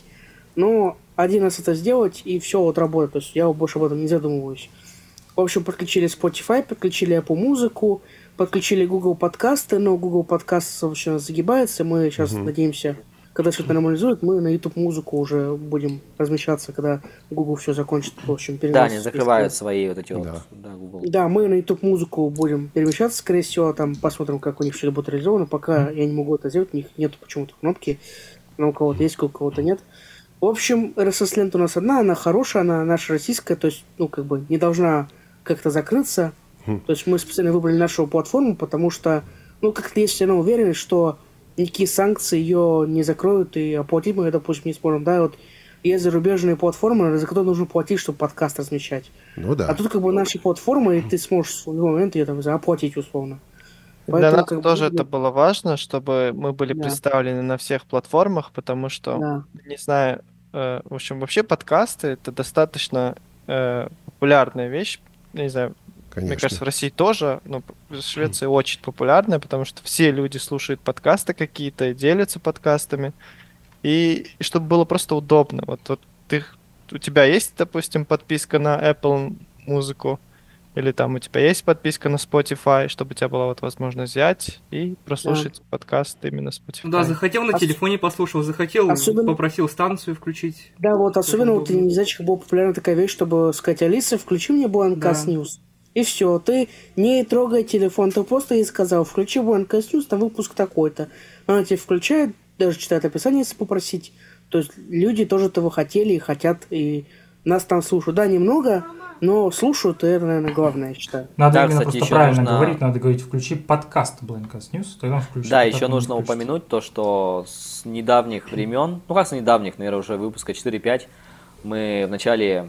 S9: Но один раз это сделать, и все вот работает. То есть я больше об этом не задумываюсь. В общем, подключили Spotify, подключили Apple Музыку, подключили Google подкасты, но Google подкаст вообще загибается. Мы сейчас надеемся... Когда все это нормализует, мы на YouTube музыку уже будем размещаться, когда Google все закончит. В общем,
S5: да, они закрывают свои вот эти Google.
S9: Да, мы на YouTube музыку будем перемещаться, скорее всего, там посмотрим, как у них все будет реализовано. Пока я не могу это сделать, у них нет почему-то кнопки. Но у кого-то есть, у кого-то нет. В общем, RSS-лента у нас одна, она хорошая, она наша российская, то есть, ну, как бы не должна как-то закрыться. То есть мы специально выбрали нашу платформу, потому что, ну, как-то есть все равно уверенность, что никакие санкции ее не закроют, и оплатить мы, допустим, не сможем. Да, вот есть зарубежные платформы, за которые нужно платить, чтобы подкаст размещать.
S3: Ну да.
S9: А тут как бы наши платформы, и ты сможешь в любой момент ее там оплатить условно.
S6: Для нас тоже это было важно, чтобы мы были представлены на всех платформах, потому что, не знаю, в общем, вообще подкасты это достаточно популярная вещь, не знаю. Конечно. Мне кажется, в России тоже, но в Швеции очень популярная, потому что все люди слушают подкасты какие-то, делятся подкастами. И чтобы было просто удобно. Вот у тебя есть, допустим, подписка на Apple музыку, или там у тебя есть подписка на Spotify, чтобы у тебя была вот возможность взять и прослушать подкаст именно Spotify.
S10: Да, захотел на телефоне послушал, захотел, попросил станцию включить.
S9: Да, вот особенно вот, не знаешь, была популярна такая вещь, чтобы сказать: Алиса, включи мне Blindcast News. И все, ты не трогай телефон, ты просто ей сказал: включи Blindcast News, там выпуск такой-то. Она тебе включает, даже читает описание, если попросить. То есть люди тоже этого хотели и хотят, и нас там слушают. Да, немного, но слушают, и это, наверное, главное, я считаю.
S7: Надо именно просто правильно говорить, надо говорить: включи подкаст Blindcast News, тогда включи.
S5: Да, еще нужно упомянуть то, что с недавних времен, ну как с недавних, наверное, уже выпуска 4-5, мы в начале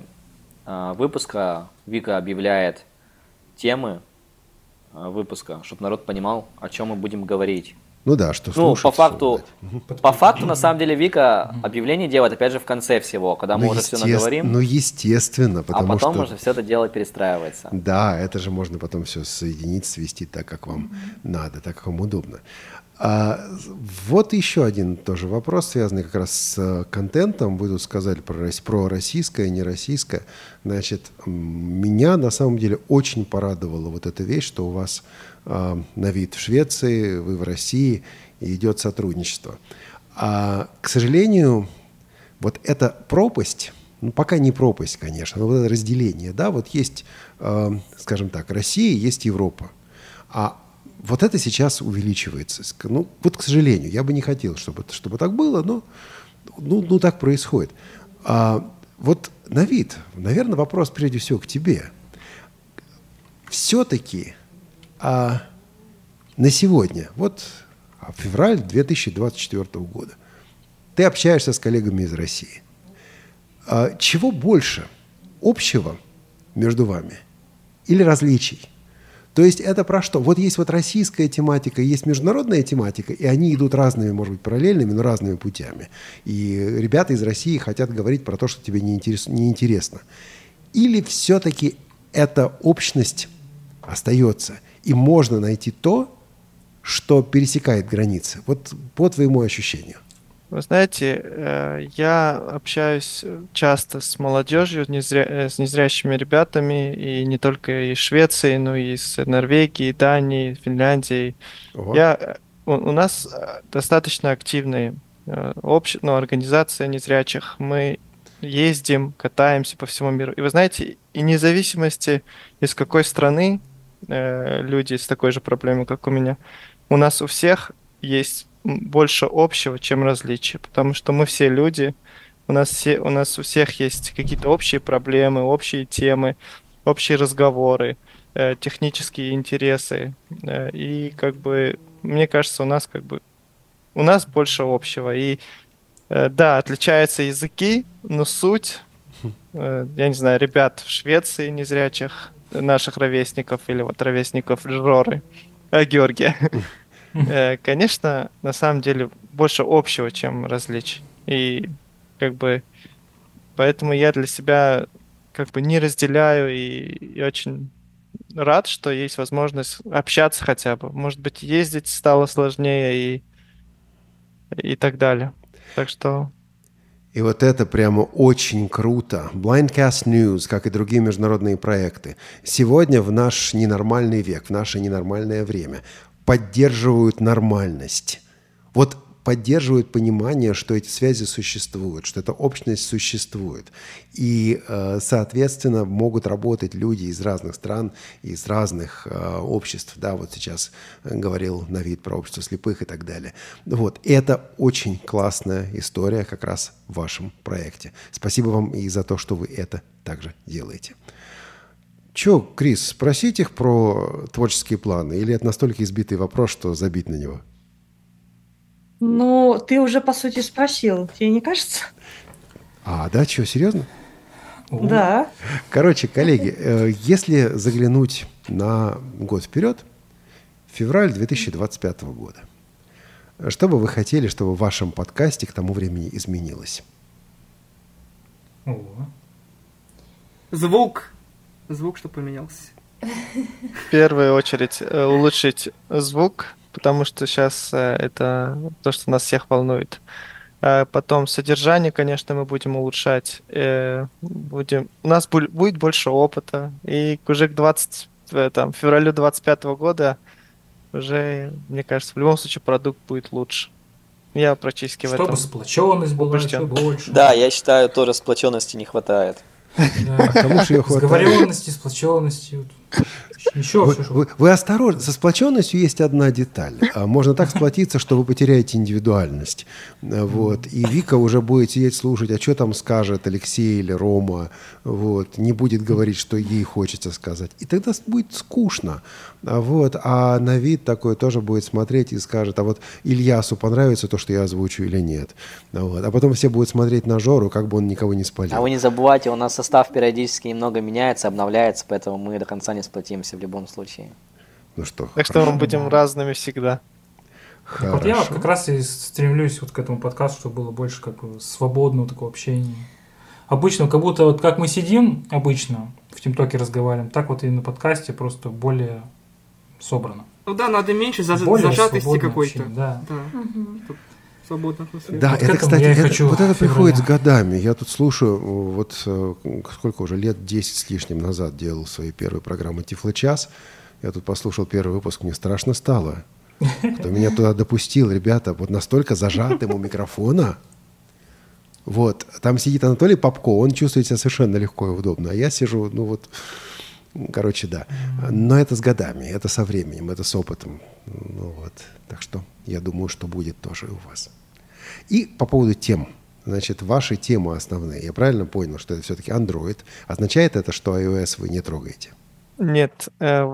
S5: выпуска Вика объявляет темы выпуска, чтобы народ понимал, о чем мы будем говорить.
S3: Ну да, что
S5: слушать. Ну, по факту, на самом деле, Вика объявление делает, опять же, в конце всего, когда мы уже все наговорим.
S3: Ну, естественно, потому что...
S5: А потом уже все это дело перестраивается.
S3: Да, это же можно потом все соединить, свести так, как вам надо, так, как вам удобно. Вот еще один тоже вопрос, связанный как раз с контентом. Вы тут сказали про российское, нероссийское. Значит, меня на самом деле очень порадовала вот эта вещь, что у вас Навид в Швеции, вы в России, и идет сотрудничество. А, к сожалению, вот эта пропасть, ну, пока не пропасть, конечно, но вот это разделение, да, вот есть, скажем так, Россия, есть Европа. А вот это сейчас увеличивается. Ну, вот, к сожалению, я бы не хотел, чтобы так было, но ну, так происходит. Вот, Навид, наверное, вопрос прежде всего к тебе. Все-таки на сегодня, вот февраль 2024 года, ты общаешься с коллегами из России. Чего больше общего между вами или различий? То есть это про что? Вот есть вот российская тематика, есть международная тематика, и они идут разными, может быть, параллельными, но разными путями. И ребята из России хотят говорить про то, что тебе не интересно. Или все-таки эта общность остается, и можно найти то, что пересекает границы? Вот по твоему ощущению.
S6: Вы знаете, я общаюсь часто с молодежью, с незрячими ребятами, и не только из Швеции, но и из Норвегии, Дании, Финляндии. У нас достаточно активная организация незрячих. Мы ездим, катаемся по всему миру. И вы знаете, и вне зависимости, из какой страны люди с такой же проблемой, как у меня, у нас у всех есть больше общего, чем различия, потому что мы все люди, у нас у всех есть какие-то общие проблемы, общие темы, общие разговоры, технические интересы, и как бы мне кажется, у нас больше общего, и да, отличаются языки, но суть, я не знаю, ребят в Швеции незрячих, наших ровесников или вот ровесников Жоры, Георгия. Конечно, на самом деле больше общего, чем различий. И как бы поэтому я для себя как бы не разделяю и очень рад, что есть возможность общаться хотя бы. Может быть, ездить стало сложнее и так далее. Так что...
S3: И вот это прямо очень круто. Blindcast News, как и другие международные проекты, сегодня в наш ненормальный век, в наше ненормальное время поддерживают нормальность. Вот поддерживают понимание, что эти связи существуют, что эта общность существует. И, соответственно, могут работать люди из разных стран, из разных обществ. Да, вот сейчас говорил Навид про общество слепых и так далее. Вот. Это очень классная история как раз в вашем проекте. Спасибо вам и за то, что вы это также делаете. Че, Крис, спросить их про творческие планы? Или это настолько избитый вопрос, что забить на него?
S4: Ну, ты уже, по сути, спросил. Тебе не кажется?
S3: Да? Что, серьезно?
S4: Да.
S3: Короче, коллеги, если заглянуть на год вперед, февраль 2025 года, что бы вы хотели, чтобы в вашем подкасте к тому времени изменилось?
S10: Звук, что поменялся.
S6: В первую очередь улучшить звук, потому что сейчас это то, что нас всех волнует. Потом содержание, конечно, мы будем улучшать. У нас будет больше опыта. И уже к февралю 2025 года уже, мне кажется, в любом случае продукт будет лучше. Я практически в этом.
S7: Чтобы сплоченность была еще больше.
S5: Да, я считаю, тоже сплоченности не хватает.
S3: А кому же ее хватает?
S7: Сговоренности, сплоченности.
S3: Вы осторожны. Со сплоченностью есть одна деталь. Можно так сплотиться, что вы потеряете индивидуальность. Вот. И Вика уже будет сидеть слушать, а что там скажет Алексей или Рома. Вот. Не будет говорить, что ей хочется сказать. И тогда будет скучно. Вот. А Навид такой тоже будет смотреть и скажет, а вот Ильясу понравится то, что я озвучу или нет. Вот. А потом все будут смотреть на Жору, как бы он никого не спалил.
S5: А вы не забывайте, у нас состав периодически немного меняется, обновляется, поэтому мы до конца не сплотимся в любом случае.
S3: Ну что,
S6: так что мы будем разными всегда.
S7: Вот я как раз и стремлюсь вот к этому подкасту, чтобы было больше как бы свободного такого общения. Обычно, как будто вот как мы сидим обычно в ТимТоке разговариваем, так вот и на подкасте просто более собрано.
S10: Ну да, надо меньше зажатости какой-то.
S7: Да.
S10: Свободная атмосфера.
S3: Да,
S7: вот
S3: это, кстати, это приходит с годами. Я тут слушаю, вот сколько уже лет, 10 с лишним назад делал свои первые программы «Тифлочас». Я тут послушал первый выпуск, мне страшно стало. Кто меня туда допустил, ребята, вот настолько зажатым у микрофона. Вот, там сидит Анатолий Попко, он чувствует себя совершенно легко и удобно, а я сижу, ну вот, короче, да. Но это с годами, это со временем, это с опытом. Ну вот, так что я думаю, что будет тоже у вас. И по поводу тем. Значит, ваши темы основные. Я правильно понял, что это все-таки Android. Означает это, что iOS вы не трогаете?
S6: Нет,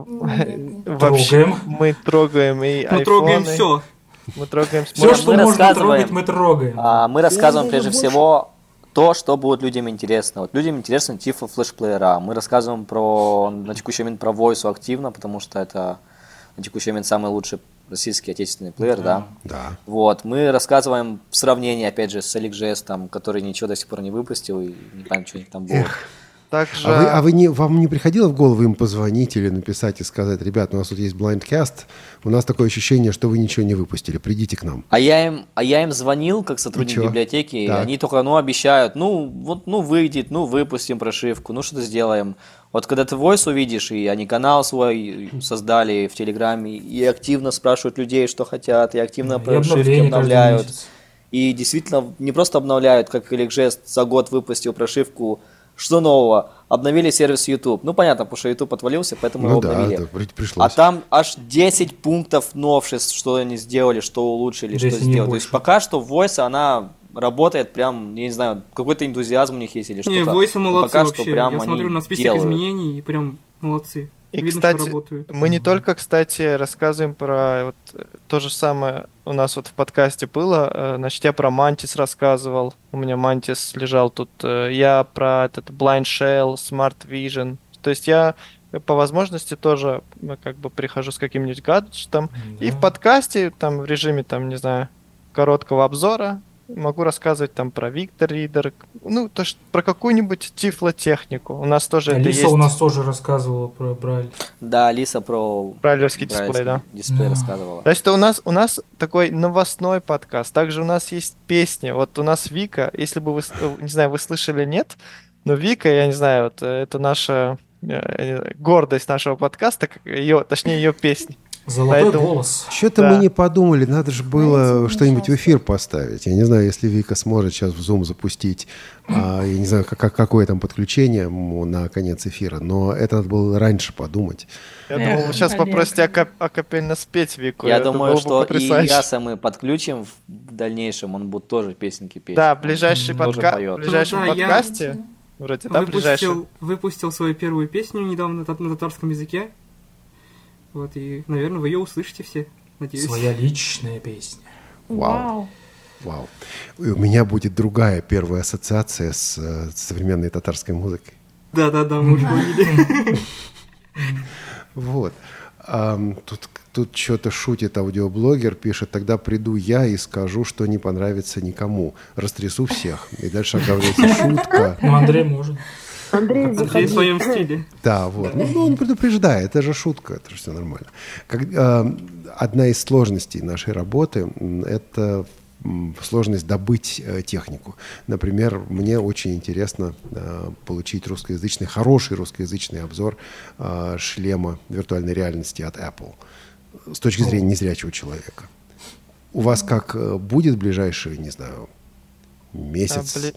S6: вообще мы трогаем и
S10: Мы трогаем все.
S6: Мы трогаем
S7: все, что можно трогать, мы трогаем.
S5: Мы рассказываем прежде всего то, что будет людям интересно. Вот людям интересно типа флешплеера. Мы рассказываем на текущий момент про Voice активно, потому что это на текущий момент самый лучший российский отечественный плеер, да?
S3: Да.
S5: Вот, мы рассказываем в сравнении, опять же, с ElixjS, который ничего до сих пор не выпустил, и не знаю, что у них там было.
S6: Также...
S3: Вам не приходило в голову им позвонить или написать и сказать: ребят, у нас тут есть Blindcast, у нас такое ощущение, что вы ничего не выпустили, придите к нам.
S5: А я им звонил, как сотрудник библиотеки, и они только, обещают, выйдет, выпустим прошивку, что-то сделаем. Вот когда ты Voice увидишь, и они канал свой создали в Телеграме, и активно спрашивают людей, что хотят, и активно прошивки обновляют. И действительно не просто обновляют, как ElixjS за год выпустил прошивку. Что нового? Обновили сервис YouTube. Понятно, потому что YouTube отвалился, поэтому его обновили. Да, пришлось. А там аж 10 пунктов новшеств, что они сделали, что улучшили, что сделали. То есть пока что Voice, она работает прям, я не знаю, какой-то энтузиазм у них есть или что-то.
S10: Не, Voice молодцы
S5: пока
S10: вообще.
S5: Что прям
S10: я смотрю на список изменений и прям молодцы.
S6: И,
S10: видно,
S6: кстати, мы не только, кстати, рассказываем про то же самое у нас в подкасте было. Значит, я про Mantis рассказывал. У меня Mantis лежал тут. Я про этот Blind Shell, Smart Vision. То есть я по возможности тоже прихожу с каким-нибудь гаджетом. Да. И в подкасте, в режиме, не знаю, короткого обзора могу рассказывать про Victor Reader, про какую-нибудь тифлотехнику. У нас тоже
S7: Лиса
S6: это есть.
S7: У нас тоже рассказывала про Брайль.
S5: Да, Лиса про
S6: брайлевский дисплей, да.
S5: Дисплей рассказывала.
S6: То есть у нас такой новостной подкаст. Также у нас есть песни. Вот у нас Вика, если бы вы, не знаю, вы слышали, нет, но Вика, я не знаю, это наша гордость нашего подкаста, ее песни.
S7: Золотой голос.
S3: Что-то мы не подумали, надо же было что-нибудь в эфир поставить. Я не знаю, если Вика сможет сейчас в Zoom запустить, я не знаю, какое там подключение на конец эфира, но это надо было раньше подумать.
S6: Я думал, вы сейчас попросите акапельно спеть Вику.
S5: Я думаю, что и Яса мы подключим в дальнейшем, он будет тоже песенки петь.
S6: Да, в ближайшем подкасте. Вроде, да,
S10: выпустил свою первую песню недавно на татарском языке. Вот, и, наверное, вы ее услышите все, надеюсь.
S7: Своя личная песня.
S3: Вау. И у меня будет другая первая ассоциация с современной татарской музыкой.
S10: Да, мы уже увидели.
S3: Вот. Тут что-то шутит аудиоблогер, пишет: тогда приду я и скажу, что не понравится никому. Растрясу всех. И дальше оговаривается шутка.
S7: Андрей может.
S10: Андрей в своем стиле.
S3: Да, вот. Он предупреждает, это же шутка, это же все нормально. Одна из сложностей нашей работы – это сложность добыть технику. Например, мне очень интересно получить хороший русскоязычный обзор шлема виртуальной реальности от Apple с точки зрения незрячего человека. У вас как будет в ближайшие, не знаю, месяц?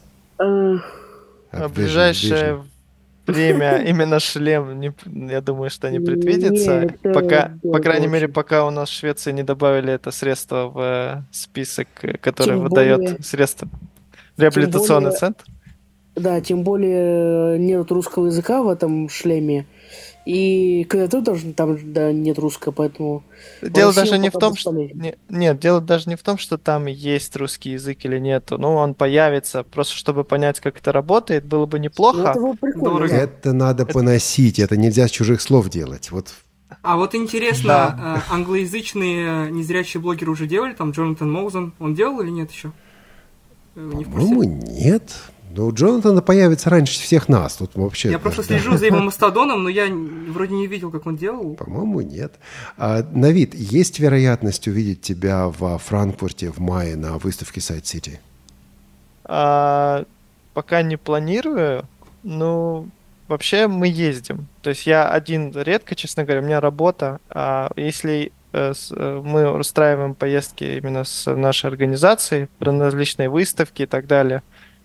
S6: В ближайшее время именно шлем, я думаю, что не предвидится. По крайней мере, пока у нас в Швеции не добавили это средство в список, который выдает средства. Реабилитационный центр.
S9: Да, тем более нет русского языка в этом шлеме. И клавиатура тоже там нет русской, поэтому...
S6: Дело даже не в том, что... Нет, дело даже не в том, что там есть русский язык или нету. Он появится, просто чтобы понять, как это работает, было бы неплохо.
S3: Это надо поносить, это нельзя с чужих слов делать.
S10: А вот интересно, англоязычные незрячие блогеры уже делали? Там Джонатан Моузен, он делал или нет еще?
S3: По-моему, нет. Но Джонатан появится раньше всех нас. Тут вообще,
S10: я просто слежу за его мастодоном, но я вроде не видел, как он делал.
S3: По-моему, нет. Навид, есть вероятность увидеть тебя во Франкфурте в мае на выставке Side City?
S6: Пока не планирую. вообще мы ездим. То есть я один редко, честно говоря, у меня работа. А если мы устраиваем поездки именно с нашей организацией, различные выставки и так далее,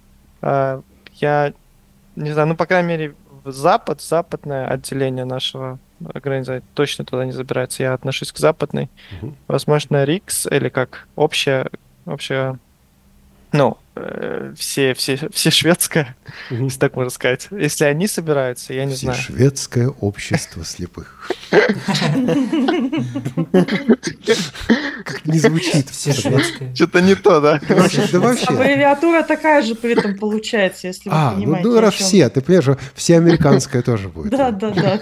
S6: я не знаю, ну, по крайней мере, западное отделение нашего организации точно туда не забирается. Я отношусь к западной. Возможно, РИКС или как общая, ну, все шведское, если так можно сказать. Если они собираются, я не знаю.
S3: Шведское общество слепых. Как не звучит.
S7: Все шведское.
S6: Что-то не то, да?
S3: Да вообще.
S4: Аббревиатура такая же при этом получается, если вы понимаете.
S3: Ну раз все, ты понимаешь, все американское тоже будет.
S4: Да.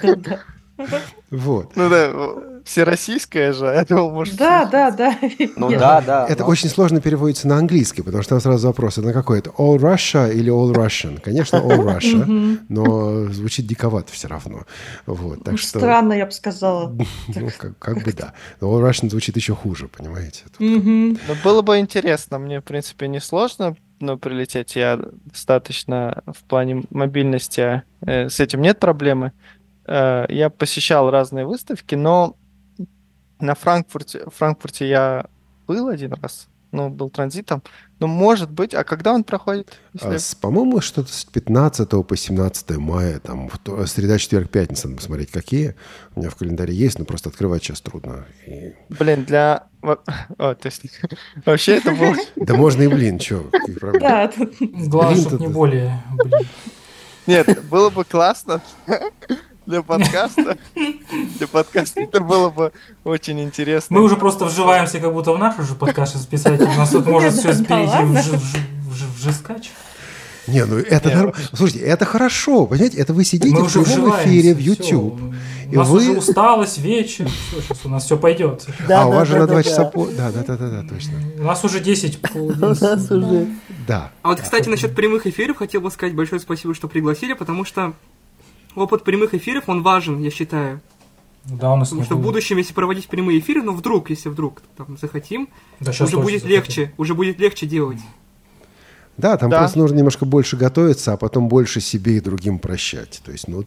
S3: Вот.
S6: Ну да, всероссийское же, я думал, может...
S4: Да.
S5: Ну да.
S3: Это очень сложно переводится на английский, потому что там сразу вопрос, это на какой? Это All Russia или All Russian? Конечно, All Russia, но звучит диковато все равно. Вот, так что...
S4: Странно, я бы сказала.
S3: Ну, как бы да. Но All Russian звучит еще хуже, понимаете?
S6: Ну, было бы интересно, мне, в принципе, не сложно, но прилететь я достаточно в плане мобильности, с этим нет проблемы. Я посещал разные выставки, но в Франкфурте я был один раз, ну, был транзитом. Но может быть, а когда он проходит?
S3: По-моему, что-то с 15 по 17 мая, там, среда, четверг, пятница, надо посмотреть, какие. У меня в календаре есть, но просто открывать сейчас трудно.
S6: Блин, то есть, вообще это было...
S3: Да можно и блин, что, какие проблемы?
S4: Да.
S7: Главное, чтобы не более,
S6: Нет, было бы классно для подкаста. Для подкаста это было бы очень интересно.
S7: Мы уже просто вживаемся, как будто в наш уже подкаст сейчас писать. У нас тут может все перейти в жескач.
S3: Не, ну это нормально. Слушайте, это хорошо, понимаете? Это вы сидите в прямом эфире в YouTube.
S7: У нас уже усталость, вечер. Все, сейчас у нас все пойдет.
S3: У вас же на 2 часа по... Да, точно.
S7: У нас уже 10 по...
S3: Да.
S10: А вот, кстати, насчет прямых эфиров хотел бы сказать большое спасибо, что пригласили, потому что опыт прямых эфиров, он важен, я считаю.
S7: Да, у нас
S10: потому что в будущем, если проводить прямые эфиры, ну вдруг, если вдруг там захотим,
S7: да,
S10: уже будет легче делать.
S3: Да, там просто нужно немножко больше готовиться, а потом больше себе и другим прощать. То есть,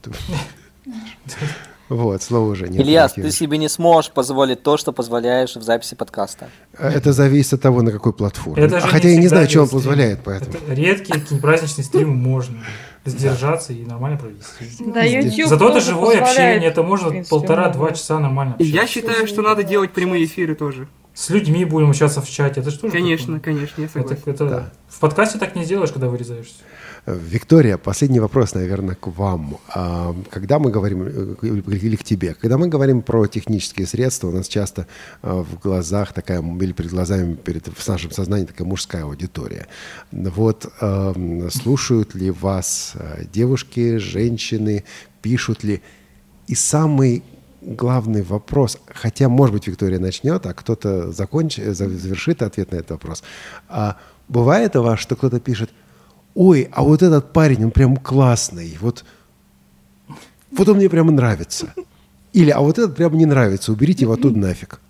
S3: вот, слова уже нет.
S5: Ильяс, ты себе не сможешь позволить то, что позволяешь в записи подкаста.
S3: Это зависит от того, на какой платформе. Хотя я не знаю, что он позволяет, поэтому.
S7: Редкие какие-нибудь праздничные стримы можно сдержаться и нормально провести.
S4: Да, YouTube
S7: зато это живое общение, это можно 1,5-2 часа нормально общаться.
S10: Я считаю, что надо делать прямые эфиры тоже.
S7: С людьми будем общаться в чате, это что же?
S10: Конечно, я согласен.
S7: В подкасте так не сделаешь, когда вырезаешься.
S3: Виктория, последний вопрос, наверное, к вам. Когда мы говорим, или к тебе, когда мы говорим про технические средства, у нас часто в глазах такая, или перед глазами, в нашем сознании такая мужская аудитория. Вот слушают ли вас девушки, женщины, пишут ли? И самый главный вопрос, хотя, может быть, Виктория начнет, а кто-то завершит ответ на этот вопрос. Бывает у вас, что кто-то пишет: ой, а вот этот парень, он прям классный, вот он мне прямо нравится. Или, а вот этот прямо не нравится, уберите его оттуда нафиг.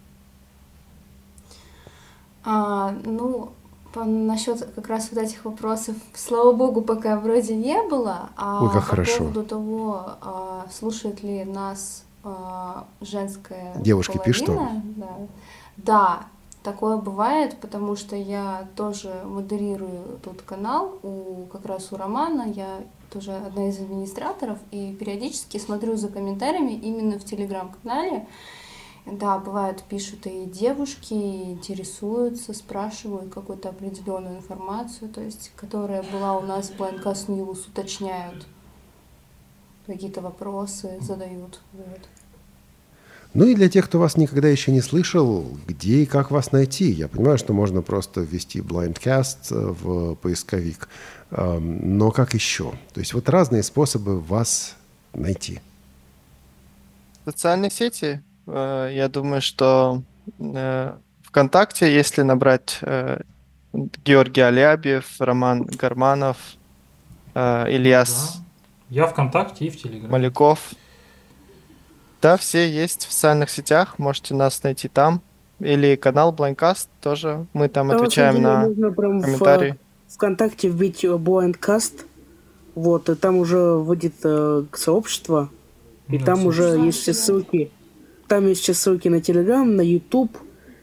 S8: Насчет как раз вот этих вопросов, слава богу, пока вроде не было.
S3: Ой, как хорошо.
S8: По поводу того, слушает ли нас женская
S3: девушки
S8: половина,
S3: пишут, что?
S8: Да, такое бывает, потому что я тоже модерирую тут канал, как раз у Романа, я тоже одна из администраторов, и периодически смотрю за комментариями именно в телеграм-канале. Да, бывает, пишут и девушки, и интересуются, спрашивают какую-то определенную информацию, то есть, которая была у нас в Blindcast News, уточняют какие-то вопросы, задают. Вот.
S3: Ну и для тех, кто вас никогда еще не слышал, где и как вас найти? Я понимаю, что можно просто ввести Blindcast в поисковик, но как еще? То есть вот разные способы вас найти.
S6: Социальные сети. Я думаю, что ВКонтакте, если набрать Георгий Алябьев, Роман Гарманов, Ильяс...
S7: Да. Я ВКонтакте и в Телеграме.
S6: Маляков. Да, все есть в социальных сетях, можете нас найти там. Или канал Blindcast тоже, мы там отвечаем на комментарии.
S9: ВКонтакте вбить Blindcast, Вот, и там уже выйдет сообщество, и там уже есть все ссылки. Там есть все ссылки на Telegram, на YouTube,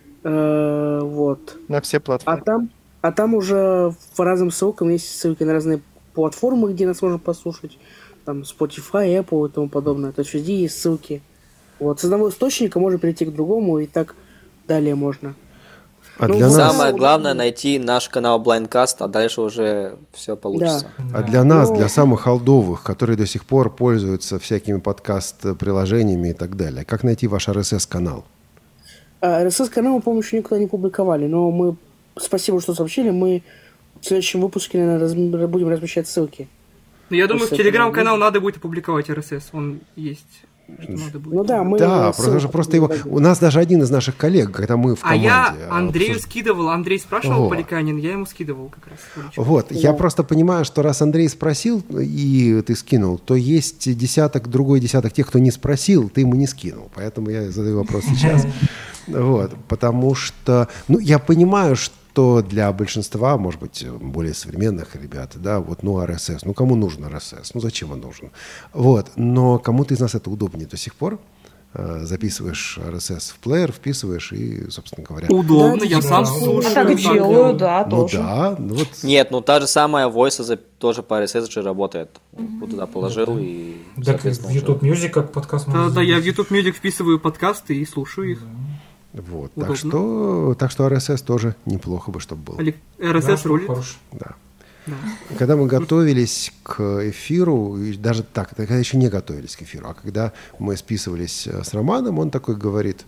S9: вот.
S6: На все платформы.
S9: А там уже по разным ссылкам есть ссылки на разные платформы, где нас можно послушать. Там Spotify, Apple и тому подобное. То есть везде есть ссылки. Вот. С одного источника можно перейти к другому, и так далее можно.
S5: Самое главное найти наш канал Blindcast, а дальше уже все получится.
S3: Да. А для нас, для самых олдовых, которые до сих пор пользуются всякими подкаст-приложениями и так далее, как найти ваш RSS-канал?
S9: RSS-канал, мы, по-моему, еще никуда не публиковали, но мы, спасибо, что сообщили, мы в следующем выпуске, наверное, будем размещать ссылки.
S10: Я думаю, в Telegram-канал надо будет опубликовать RSS, он есть.
S9: Ну да, мы...
S3: Да, просто его... У нас даже один из наших коллег, когда мы в команде...
S10: А я Андрею скидывал, Андрей спрашивал Поликанин, я ему скидывал как раз.
S3: Вот, я просто понимаю, что раз Андрей спросил, и ты скинул, то есть другой десяток тех, кто не спросил, ты ему не скинул. Поэтому я задаю вопрос сейчас. Вот, потому что... Ну, я понимаю, что для большинства, может быть, более современных ребят, да, вот, RSS, кому нужен RSS, зачем он нужен? Вот, но кому-то из нас это удобнее до сих пор. Записываешь RSS в плеер, вписываешь и, собственно говоря...
S10: Удобно, я сам слушаю.
S4: Так делаю, да, тоже.
S3: Вот.
S5: Нет, та же самая Voice тоже по RSS же работает. Вот туда положил и...
S7: Так в YouTube Music как подкаст можно...
S10: Да, я в YouTube Music вписываю подкасты и слушаю их.
S3: Вот, так что RSS тоже неплохо бы, чтобы было.
S10: RSS рулит.
S3: Да. Когда мы готовились к эфиру, и даже так, когда еще не готовились к эфиру, а когда мы списывались с Романом, он такой говорит,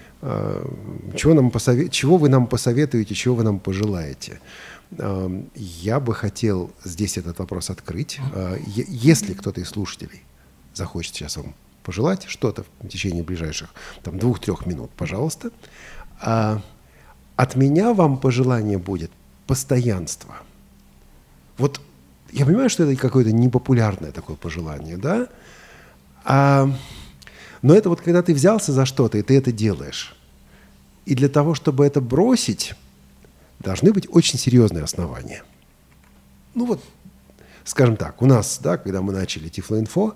S3: чего вы нам посоветуете, чего вы нам пожелаете. Я бы хотел здесь этот вопрос открыть. Если кто-то из слушателей захочет сейчас вам пожелать что-то в течение ближайших 2-3 минут, пожалуйста. От меня вам пожелание будет постоянство. Вот я понимаю, что это какое-то непопулярное такое пожелание, да? Но это вот когда ты взялся за что-то, и ты это делаешь. И для того, чтобы это бросить, должны быть очень серьезные основания. Скажем так, у нас, да, когда мы начали Tiflo-Info,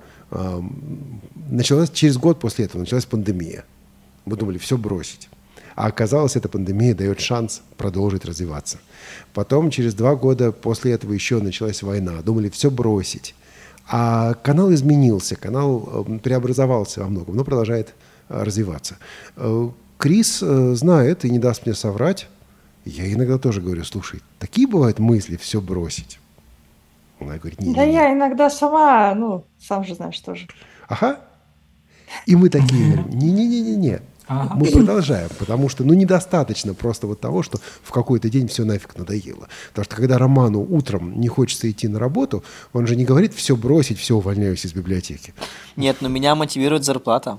S3: через год после этого началась пандемия. Мы думали, все бросить. А оказалось, эта пандемия дает шанс продолжить развиваться. Потом, через 2 года после этого еще началась война. Думали, все бросить. А канал изменился, канал преобразовался во многом, но продолжает развиваться. Крис знает и не даст мне соврать. Я иногда тоже говорю, слушай, такие бывают мысли все бросить. Она говорит, не.
S4: Да я иногда сама, сам же знаешь тоже.
S3: Ага. И мы такие говорим, не. Мы продолжаем, потому что недостаточно просто вот того, что в какой-то день все нафиг надоело. Потому что когда Роману утром не хочется идти на работу, он же не говорит все бросить, все увольняюсь из библиотеки.
S5: Нет, меня мотивирует зарплата.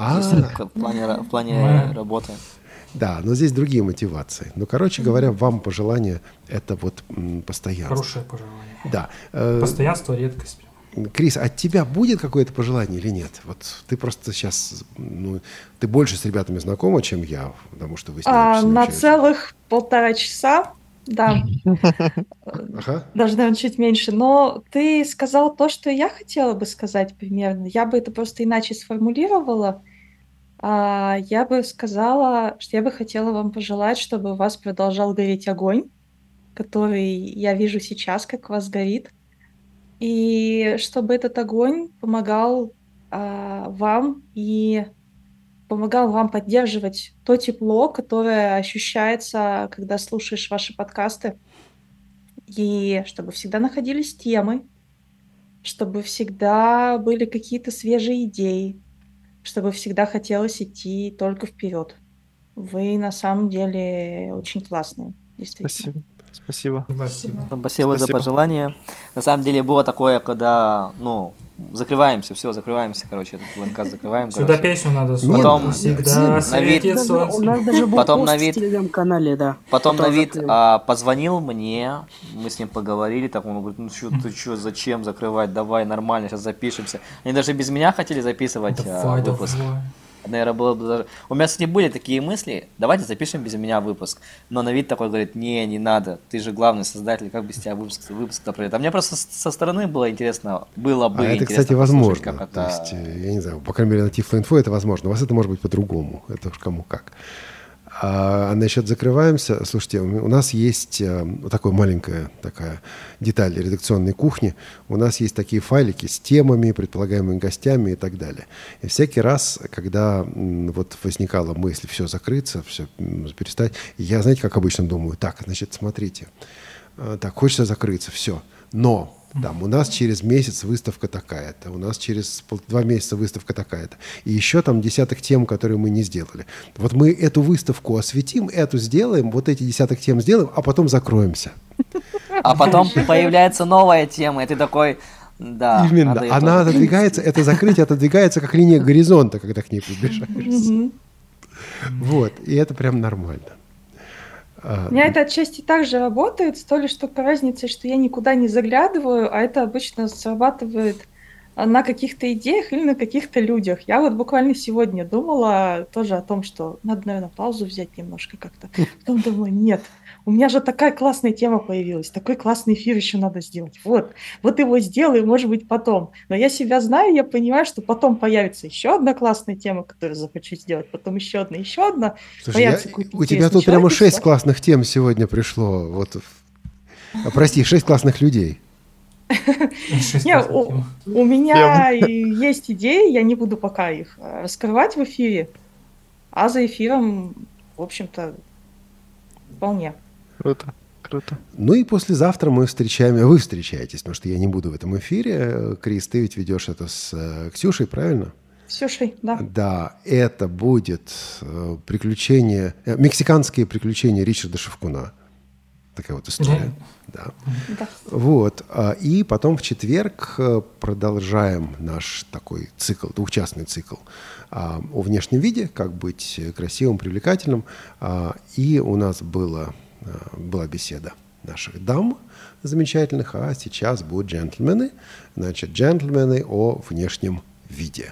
S5: В плане работы.
S3: Да, но здесь другие мотивации. Короче говоря, вам пожелание это вот постоянство.
S7: Хорошее пожелание.
S3: Да.
S7: Постоянство, редкость.
S3: Крис, от тебя будет какое-то пожелание или нет? Вот ты просто сейчас, ты больше с ребятами знакома, чем я, потому что вы с ними
S4: на целых 1,5 часа, да. Даже, наверное, чуть меньше. Но ты сказал то, что я хотела бы сказать примерно. Я бы это просто иначе сформулировала. Я бы сказала, что я бы хотела вам пожелать, чтобы у вас продолжал гореть огонь, который я вижу сейчас, как у вас горит. И чтобы этот огонь помогал вам и помогал вам поддерживать то тепло, которое ощущается, когда слушаешь ваши подкасты. И чтобы всегда находились темы, чтобы всегда были какие-то свежие идеи, чтобы всегда хотелось идти только вперед. Вы на самом деле очень классные, действительно.
S6: Спасибо.
S5: Спасибо за пожелание. На самом деле было такое, когда, закрываемся, короче, этот бланкаст закрываем.
S7: Сюда песню надо
S5: слушать. Потом
S7: всегда
S5: светит солнце.
S9: У нас даже был пост в телеграм-канале, да.
S5: Потом Давид позвонил мне, мы с ним поговорили, так он говорит, ты что, зачем закрывать, давай нормально, сейчас запишемся. Они даже без меня хотели записывать выпуск. Наверное, было бы даже... У меня, кстати, были такие мысли, давайте запишем без меня выпуск. Но Навид такой говорит, не надо, ты же главный создатель, как без тебя выпуск-то пройдет. А мне просто со стороны было интересно,
S3: это, кстати, возможно. Как это... То есть, я не знаю, по крайней мере, на Tiflo.info это возможно. У вас это может быть по-другому. Это уж кому как. А насчет закрываемся, слушайте, у нас есть вот такая маленькая такая деталь редакционной кухни. У нас есть такие файлики с темами, предполагаемыми гостями и так далее. И всякий раз, когда вот возникала мысль все закрыться, все перестать, я, знаете, как обычно думаю, так, значит, смотрите, так, хочется закрыться, все, но... Там, у нас через месяц выставка такая-то, у нас через 2 месяца выставка такая-то. И еще там десяток тем, которые мы не сделали. Вот мы эту выставку осветим, эту сделаем, вот эти десяток тем сделаем, а потом закроемся.
S5: А потом появляется новая тема, и ты такой... Да,
S3: именно. Она отодвигается, это закрытие отодвигается как линия горизонта, когда к ней приближаешься. Вот, и это прям нормально.
S4: У меня это отчасти так же работает, с той лишь только разницей, что я никуда не заглядываю, а это обычно срабатывает на каких-то идеях или на каких-то людях. Я вот буквально сегодня думала тоже о том, что надо, наверное, паузу взять немножко как-то. Потом думаю, нет, у меня же такая классная тема появилась, такой классный эфир еще надо сделать. Вот его сделаю, может быть, потом. Но я себя знаю, я понимаю, что потом появится еще одна классная тема, которую захочу сделать, потом еще одна.
S3: Слушай, у тебя тут прямо 6 классных тем сегодня пришло. Вот. Прости, 6 классных людей.
S4: У меня есть идеи, я не буду пока их раскрывать в эфире, а за эфиром, в общем-то, вполне.
S6: Круто.
S3: Ну и послезавтра вы встречаетесь, потому что я не буду в этом эфире. Крис, ты ведь ведешь это с Ксюшей, правильно?
S4: С Ксюшей, да.
S3: Да, это будет мексиканские приключения Ричарда Шевкуна. Такая вот история. Да. Вот. И потом в четверг продолжаем наш такой цикл, двухчастный цикл о внешнем виде, как быть красивым, привлекательным. И у нас была беседа наших дам замечательных, а сейчас будут джентльмены. Значит, джентльмены о внешнем виде.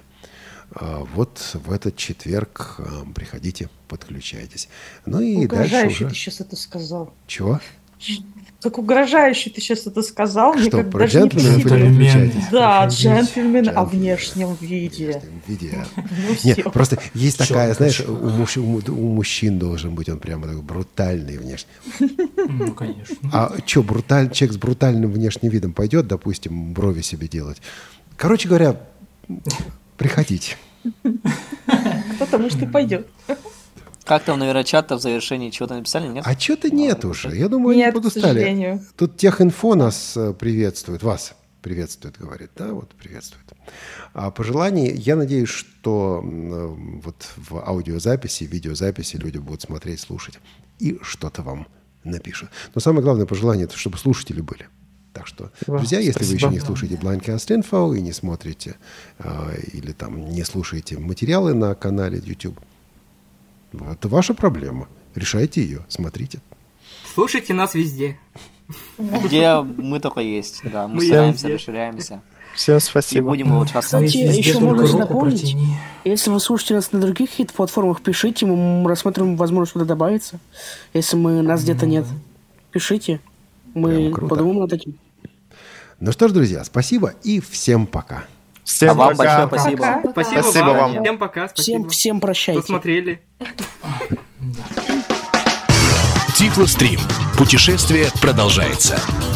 S3: Вот в этот четверг приходите, подключайтесь. Ну и дальше уже...
S4: ты сейчас это сказал.
S3: Чего?
S4: Как угрожающе ты сейчас это сказал.
S3: Что, мне про джентльмена подключайтесь?
S4: Да, джентльмен о внешнем виде.
S3: Нет, просто есть такая, знаешь, у мужчин должен быть он прямо такой брутальный внешне.
S7: Ну, конечно.
S3: А что, человек с брутальным внешним видом пойдет, допустим, брови себе делать? Короче говоря, приходите.
S4: Кто-то, может, и пойдет.
S5: Как там, наверное, чат-то в завершении чего-то написали, нет?
S3: А чего-то нет уже. Я думаю, они подустали. Тут Техинфо нас приветствует, вас приветствует, говорит, да, вот приветствует. А пожелания, я надеюсь, что вот в аудиозаписи, видеозаписи люди будут смотреть, слушать и что-то вам напишут. Но самое главное пожелание, это чтобы слушатели были. Так что, друзья, если вы еще не слушаете Blindcast Info и не смотрите или там не слушаете материалы на канале YouTube, это ваша проблема. Решайте ее, смотрите.
S10: Слушайте нас везде.
S5: Где мы только есть. Да, мы стараемся, расширяемся.
S6: Всем спасибо.
S5: И будем улучшаться.
S9: Кстати, еще можно напомнить, если вы слушаете нас на других хит-платформах, пишите, мы рассмотрим возможность туда добавиться. Если нас где-то нет, пишите. Мы подумаем над этим.
S3: Ну что ж, друзья, спасибо и всем пока.
S5: Всем вам большое спасибо.
S10: Спасибо вам. Всем пока.
S9: Всем прощайте.
S10: Посмотрели.
S2: Тифлострим. Путешествие продолжается.